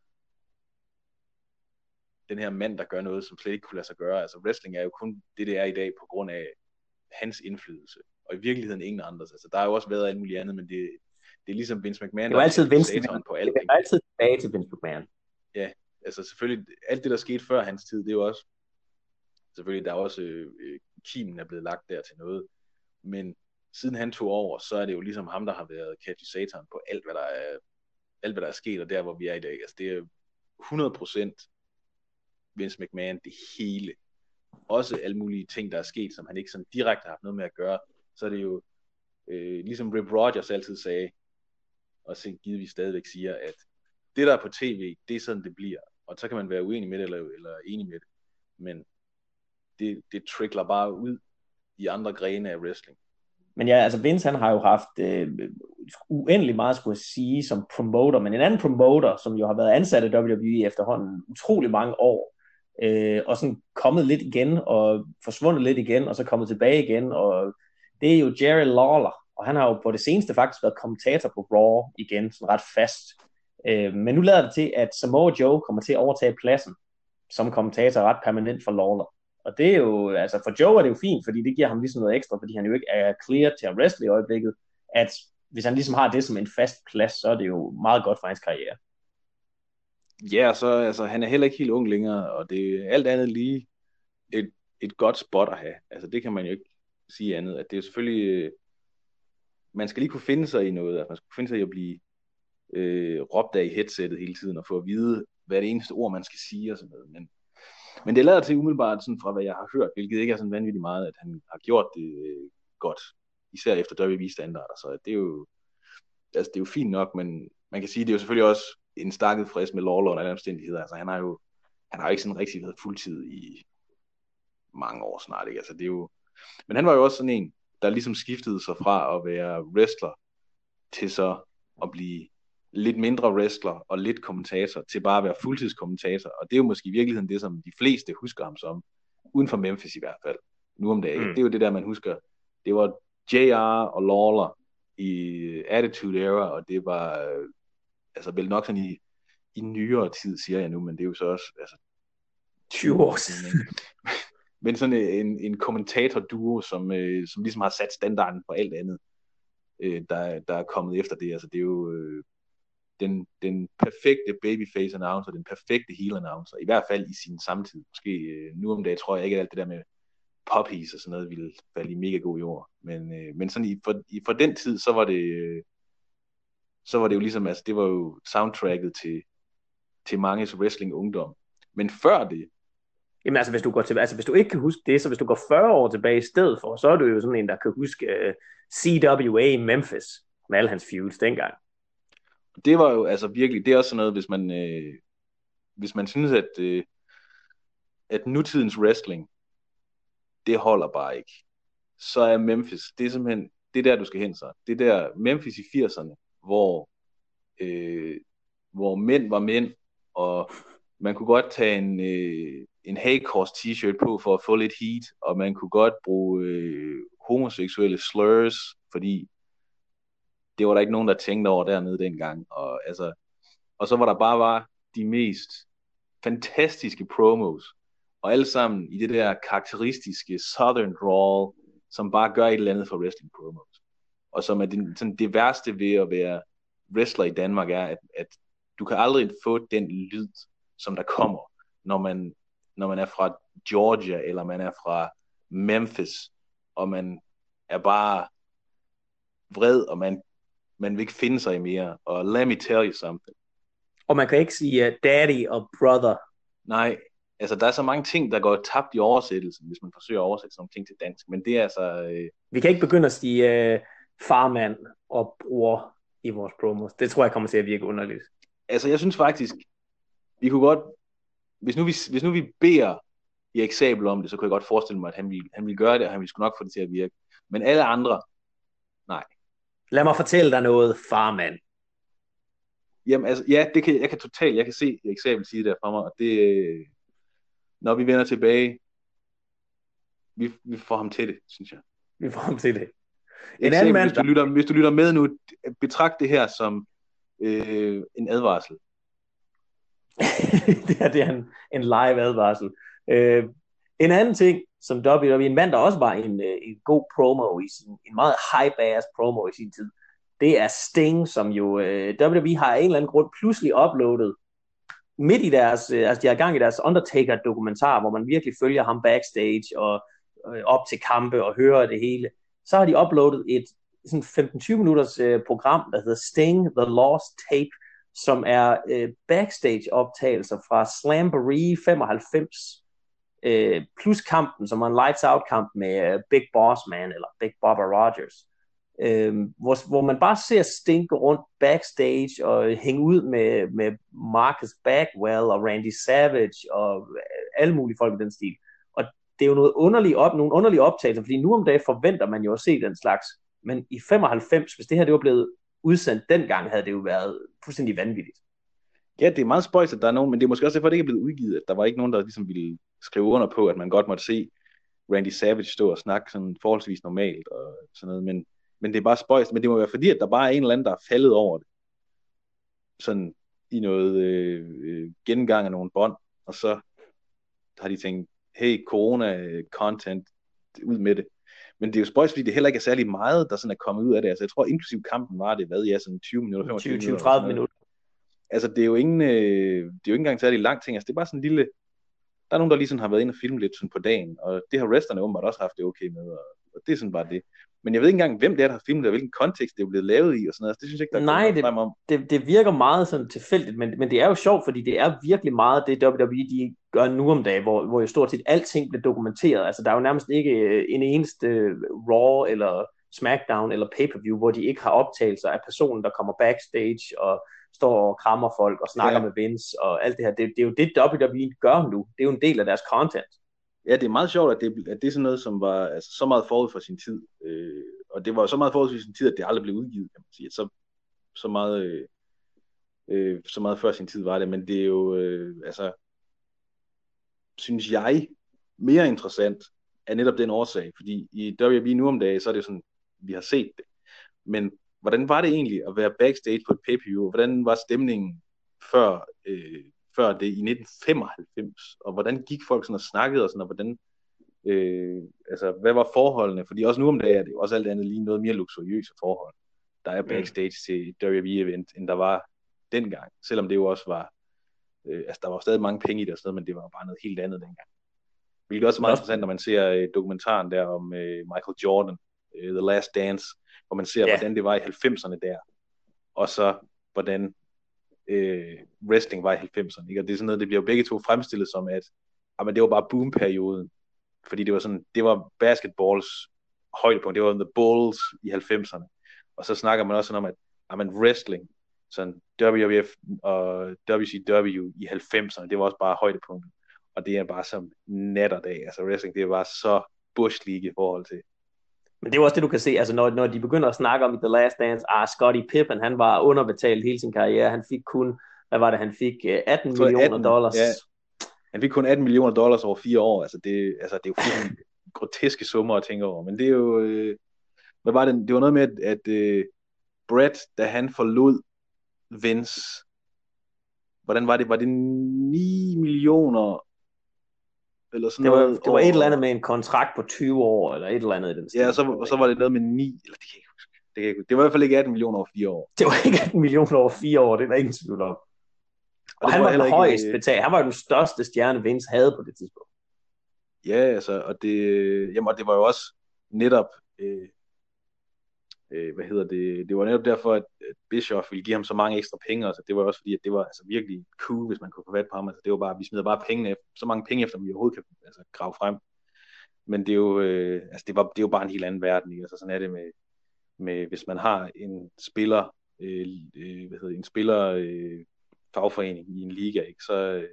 mand, der gør noget, som slet ikke kunne lade sig gøre. Altså wrestling er jo kun det er i dag på grund af hans indflydelse, og i virkeligheden ingen andres. Altså der har jo også været alt muligt andet, men det er ligesom Vince McMahon, Det var altid Vince, på alting. det var altid tilbage til Vince McMahon. Ja, altså selvfølgelig, alt det, der skete før hans tid, det er jo også, selvfølgelig, der er også, kimen er blevet lagt der til noget, men siden han tog over, så er det jo ligesom ham, der har været katalysatoren på alt, hvad der er sket, og der, hvor vi er i dag. Altså det er 100% Vince McMahon, det hele. Også alle mulige ting, der er sket, som han ikke sådan direkte har haft noget med at gøre. Så er det jo, ligesom Rip Rogers altid sagde, og så givetvis stadigvæk siger, at det, der er på tv, det er sådan, det bliver. Og så kan man være uenig med det, eller enig med det. Men det trickler bare ud i andre grene af wrestling. Men ja, altså Vince, han har jo haft uendelig meget, skulle jeg sige, som promoter, men en anden promoter, som jo har været ansat af WWE efterhånden utrolig mange år, og sådan kommet lidt igen, og forsvundet lidt igen, og så kommet tilbage igen, og det er jo Jerry Lawler, og han har jo på det seneste faktisk været kommentator på Raw igen, sådan ret fast. Men nu lader det til, at Samoa Joe kommer til at overtage pladsen som kommentator ret permanent for Lawler. Og det er jo, altså for Joe er det jo fint, fordi det giver ham ligesom noget ekstra, fordi han jo ikke er clear til at wrestle i øjeblikket, at hvis han ligesom har det som en fast plads, så er det jo meget godt for hans karriere. Ja, så altså, han er heller ikke helt ung længere, og det er alt andet lige et godt spot at have. Altså det kan man jo ikke sige andet, at det er selvfølgelig, man skal lige kunne finde sig i noget, at man skal kunne finde sig i at blive råbt af i headsettet hele tiden, og få at vide, hvad det eneste ord, man skal sige og sådan noget. Men det lader til umiddelbart, sådan fra hvad jeg har hørt, hvilket ikke er sådan vanvittigt meget, at han har gjort det godt, især efter WWE-standarder, så det er jo, altså det er jo fint nok, men man kan sige, det er jo selvfølgelig også en stakket frisk med Lawler under alle omstændigheder. Altså han har jo ikke sådan rigtig været fuldtid i mange år snart, ikke? Altså det er jo, men han var jo også sådan en, der ligesom skiftede sig fra at være wrestler til så at blive lidt mindre wrestler og lidt kommentator til bare at være fuldtidskommentator, og det er jo måske i virkeligheden det, som de fleste husker ham som, uden for Memphis i hvert fald, nu om dagen. Det er jo det der, man husker. Det var JR og Lawler i Attitude Era, og det var altså vel nok sådan i nyere tid, siger jeg nu, men det er jo så også altså 20 år siden. Men sådan en kommentator-duo, som ligesom har sat standarden på alt andet. der er kommet efter det. Altså, det er jo den perfekte babyface announcer, den perfekte heel announcer, i hvert fald i sin samtid. Måske nu om dagen tror jeg ikke, at alt det der med puppies og sådan noget ville falde i mega god jord. Men sådan for den tid, så var det jo ligesom, altså det var jo soundtracket til manges wrestling-ungdom. Men før det... Jamen altså, hvis du ikke kan huske det, så hvis du går 40 år tilbage i stedet for, så er du jo sådan en, der kan huske CWA i Memphis med alle hans feuds dengang. Det var jo altså virkelig, det er også sådan noget, hvis man synes, at nutidens wrestling, det holder bare ikke, så er Memphis, det er simpelthen, det er der, du skal hen så. Det er der Memphis i 80'erne, hvor mænd var mænd, og man kunne godt tage en hagekors t-shirt på for at få lidt heat, og man kunne godt bruge homoseksuelle slurs, fordi det var der ikke nogen, der tænkte over dernede dengang. Og så var der bare de mest fantastiske promos, og alle sammen i det der karakteristiske Southern drawl, som bare gør et eller andet for wrestling promos. Og som er det værste ved at være wrestler i Danmark er, at du kan aldrig få den lyd, som der kommer, når man er fra Georgia, eller man er fra Memphis, og man er bare vred, og man vil ikke finde sig i mere. Og let me tell you something. Og man kan ikke sige daddy og brother. Nej, altså der er så mange ting, der går tabt i oversættelsen, hvis man forsøger at oversætte sådan nogle ting til dansk. Men det er altså... Vi kan ikke begynde at sige farmand og bror i vores promos. Det tror jeg kommer til at virke underligt. Altså jeg synes faktisk, vi kunne godt... Hvis nu vi beder Erik Sabel om det, så kunne jeg godt forestille mig, at han ville gøre det, og han ville sgu nok få det til at virke. Men alle andre, nej. Lad mig fortælle dig noget, farmand. Jamen altså, ja, jeg kan se Erik Sabel sige det for mig, og det, når vi vender tilbage, vi får ham til det, synes jeg. Vi får ham til det. En anden mand, hvis du lytter med nu, betragt det her som en advarsel. det er en live advarsel. En anden ting, som WWE, en mand, der også var en god promo, en meget high-bass promo i sin tid, det er Sting, som jo WWE har af en eller anden grund pludselig uploadet midt i deres, altså de har gang i deres Undertaker-dokumentar, hvor man virkelig følger ham backstage og op til kampe og hører det hele. Så har de uploadet et sådan 15-20 minutters program, der hedder Sting The Lost Tape, som er backstage-optagelser fra Slamboree 95, plus kampen, som var en lights-out-kamp med Big Boss Man, eller Big Bubba Rogers, hvor man bare ser Sting gå rundt backstage og hænge ud med Marcus Bagwell og Randy Savage og alle mulige folk i den stil. Og det er jo nogle underlige optagelser, fordi nu om dagen forventer man jo at se den slags, men i 95, hvis det her det var blevet udsendt dengang, havde det jo været fuldstændig vanvittigt. Ja, det er meget spøjst, at der er nogen, men det er måske også derfor, det ikke er blevet udgivet, at der var ikke nogen, der ligesom ville skrive under på, at man godt måtte se Randy Savage stå og snakke sådan forholdsvis normalt og sådan noget, men det er bare spøjst, men det må være fordi, at der bare er en eller anden, der er faldet over det, sådan i noget gennemgang af nogle bånd, og så har de tænkt, hey, corona-content, ud med det. Men det er jo spøjst, fordi det heller ikke er særlig meget, der sådan er kommet ud af det. Altså jeg tror, inklusiv kampen var det, sådan 20 minutter, 20-30 minutter. Altså det er jo ikke engang særlig lang ting. Altså det er bare sådan en lille, der er nogen, der lige sådan har været inde og filme lidt sådan på dagen, og det har wrestlerne åbenbart også haft det okay med, og det er sådan bare det. Men jeg ved ikke engang, hvem det er, der har filmet det, og hvilken kontekst det er blevet lavet i, og sådan noget. Det synes jeg ikke, der er kommet frem om. Det virker meget sådan tilfældigt, men det er jo sjovt, fordi det er virkelig meget det, WWE de gør nu om dagen, hvor jo stort set alting bliver dokumenteret. Altså der er jo nærmest ikke en eneste Raw eller SmackDown eller pay-per-view, hvor de ikke har optagelser af personen, der kommer backstage og står og krammer folk og snakker med Vince og alt det her. Det er jo det, WWE gør nu. Det er jo en del af deres content. Ja, det er meget sjovt, at det er sådan noget, som var altså, så meget forud for sin tid. Og det var så meget forud for sin tid, at det aldrig blev udgivet, kan man sige. Så meget før sin tid var det. Men det er jo, synes jeg, mere interessant af netop den årsag. Fordi i WWE nu om dagen, så er det jo sådan, vi har set det. Men hvordan var det egentlig at være backstage på et pay-per-view? Hvordan var stemningen før det i 1995, og hvordan gik folk sådan og snakkede og sådan, og hvordan, hvad var forholdene? Fordi også nu om dagen er det jo også alt andet lige noget mere luksuriøse forhold. der er backstage til WWE-event, end der var dengang. Selvom det jo også var, der var stadig mange penge i det og sådan noget, men det var bare noget helt andet dengang. Hvilket også er meget interessant, når man ser dokumentaren der om Michael Jordan, The Last Dance, hvor man ser, hvordan det var i 90'erne der, og så hvordan wrestling var i 90'erne. Ikke? Og det er sådan noget, det bliver jo begge to fremstillet som, at det var bare boom-perioden, fordi det var basketballs højdepunkt, det var the Bulls i 90'erne. Og så snakker man også om, at wrestling, sådan WWF og WCW i 90'erne, det var også bare højdepunkt. Og det er bare som nat og dag. Altså wrestling, det er bare så Bush League i forhold til. Men det er jo også det, du kan se, altså når de begynder at snakke om i The Last Dance, Scottie Pippen, han var underbetalt hele sin karriere, han fik kun, hvad var det, han fik $18 millioner. Ja. Han fik kun $18 millioner over 4 år, altså det er jo fuldstændig groteske summer at tænke over, men det er jo, hvad var det, det var noget med, at Brett, da han forlod Vince, hvordan var det 9 millioner, eller sådan noget? Det var et eller andet med en kontrakt på 20 år, eller et eller andet i den stil. Ja, og så var det noget med 9, eller det kan jeg ikke huske. Det var i hvert fald ikke 18 millioner over 4 år. Det var ikke 18 millioner over 4 år, det var ingen tvivl om. Og han var den højst betalt. Han var den største stjerne, Vince havde på det tidspunkt. Ja, altså, og det var jo også netop, det var netop derfor, at Bischoff ville give ham så mange ekstra penge, altså det var også fordi, at det var altså virkelig cool, hvis man kunne få fat på ham, altså det var bare, vi smider bare så mange penge efter, vi overhovedet kan grave frem, men det er jo, det er jo bare en helt anden verden, ikke? Altså sådan er det med hvis man har en spiller, fagforening i en liga, ikke,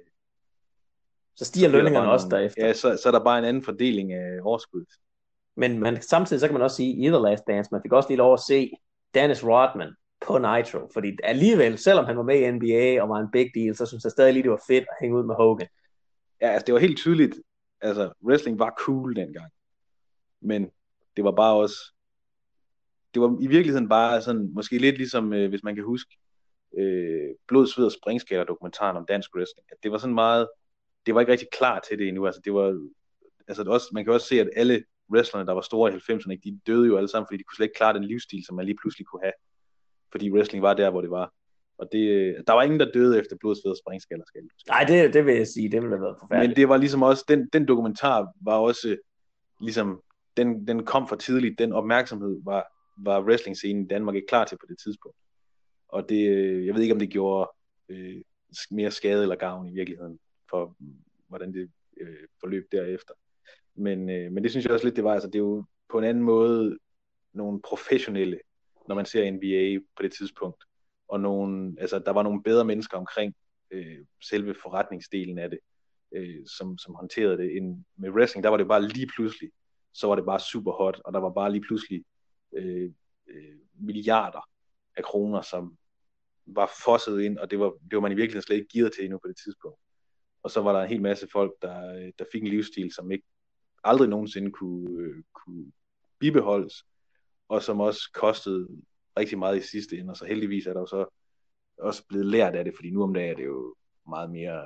så stiger lønningerne også derefter. Ja, så er der bare en anden fordeling af overskuddet. Men samtidig så kan man også sige, i The Last Dance, man fik også lige lov at se Dennis Rodman på Nitro, fordi alligevel, selvom han var med i NBA og var en big deal, så synes jeg stadig lige, det var fedt at hænge ud med Hogan. Ja, altså det var helt tydeligt, altså wrestling var cool dengang, men det var bare også, det var i virkeligheden bare sådan, måske lidt ligesom, hvis man kan huske, Blod, Sved og Springskaller dokumentaren om dansk wrestling, at det var sådan meget, det var ikke rigtig klar til det endnu, altså det var, altså det også, man kan også se, at alle wrestlerne, der var store i 90'erne, de døde jo alle sammen, fordi de kunne slet ikke klare den livsstil, som man lige pludselig kunne have, fordi wrestling var der, hvor det var, og der var ingen, der døde efter Blod, Sved og Springskaller. Nej, det vil jeg sige, det ville have været forfærdeligt. Men det var ligesom også, den dokumentar var også, ligesom, den kom for tidligt, den opmærksomhed var wrestling-scenen i Danmark ikke klar til på det tidspunkt. Og det, jeg ved ikke, om det gjorde mere skade eller gavn i virkeligheden, for hvordan det forløb derefter. Men det synes jeg også lidt, det var, altså det er jo på en anden måde nogle professionelle, når man ser NBA på det tidspunkt, og der var nogle bedre mennesker omkring selve forretningsdelen af det, som håndterede det. End med wrestling, der var det bare lige pludselig, så var det bare super hot, og der var bare lige pludselig milliarder af kroner, som var fosset ind, og det var man i virkeligheden slet ikke gearet til endnu på det tidspunkt. Og så var der en hel masse folk, der fik en livsstil, som ikke aldrig nogensinde kunne bibeholdes, og som også kostede rigtig meget i sidste ende, og så heldigvis er der jo så også blevet lært af det, fordi nu om dagen er det jo meget mere,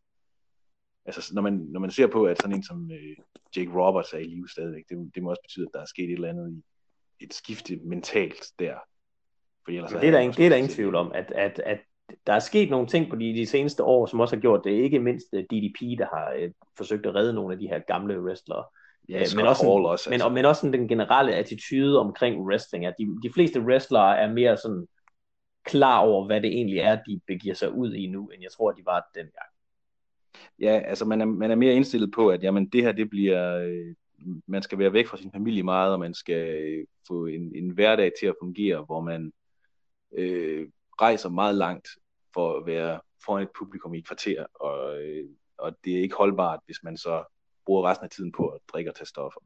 altså når man ser på, at sådan en som Jake Roberts er i live stadigvæk, det må også betyde, at der er sket et eller andet i et skifte mentalt der. Det er der ingen tvivl om, at der er sket nogle ting på de seneste år, som også har gjort det, ikke mindst DDP, der har forsøgt at redde nogle af de her gamle wrestlere. Ja, men også sådan den generelle attitude omkring wrestling, at de fleste wrestlere er mere sådan klar over, hvad det egentlig er, de begiver sig ud i nu, end jeg tror, de var dengang. Ja, altså man er mere indstillet på, at jamen, det her, det bliver, man skal være væk fra sin familie meget, og man skal få en hverdag til at fungere, hvor man rejser meget langt for at være foran et publikum i et kvarter, og det er ikke holdbart, hvis man så bruger resten af tiden på at drikke og tage stoffer.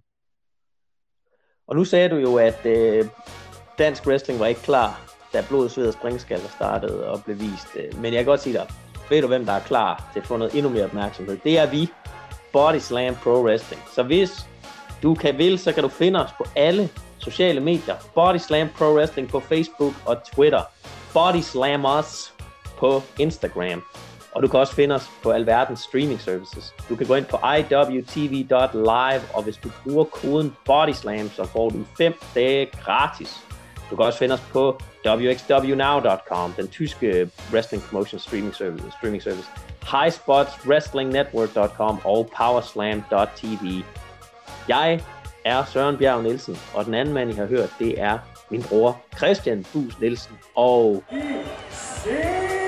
Og nu sagde du jo, at dansk wrestling var ikke klar, da Blod, Sved og Springskaller startede og blev vist. Men jeg kan godt sige dig, ved du hvem der er klar til at få noget endnu mere opmærksomhed? Det er vi, Body Slam Pro Wrestling. Så hvis du vil, så kan du finde os på alle sociale medier. Body Slam Pro Wrestling på Facebook og Twitter. Body Slam Us på Instagram. Og du kan også finde os på alverdens streaming services. Du kan gå ind på iwtv.live, og hvis du bruger koden BODYSLAM, så får du 5 dage gratis Du kan også finde os på wxwnow.com, den tyske wrestling promotion streaming service, highspotswrestlingnetwork.com og powerslam.tv. Jeg er Søren Bjerg Nielsen, og den anden mand, I har hørt, det er min bror Christian Buus Nielsen. Og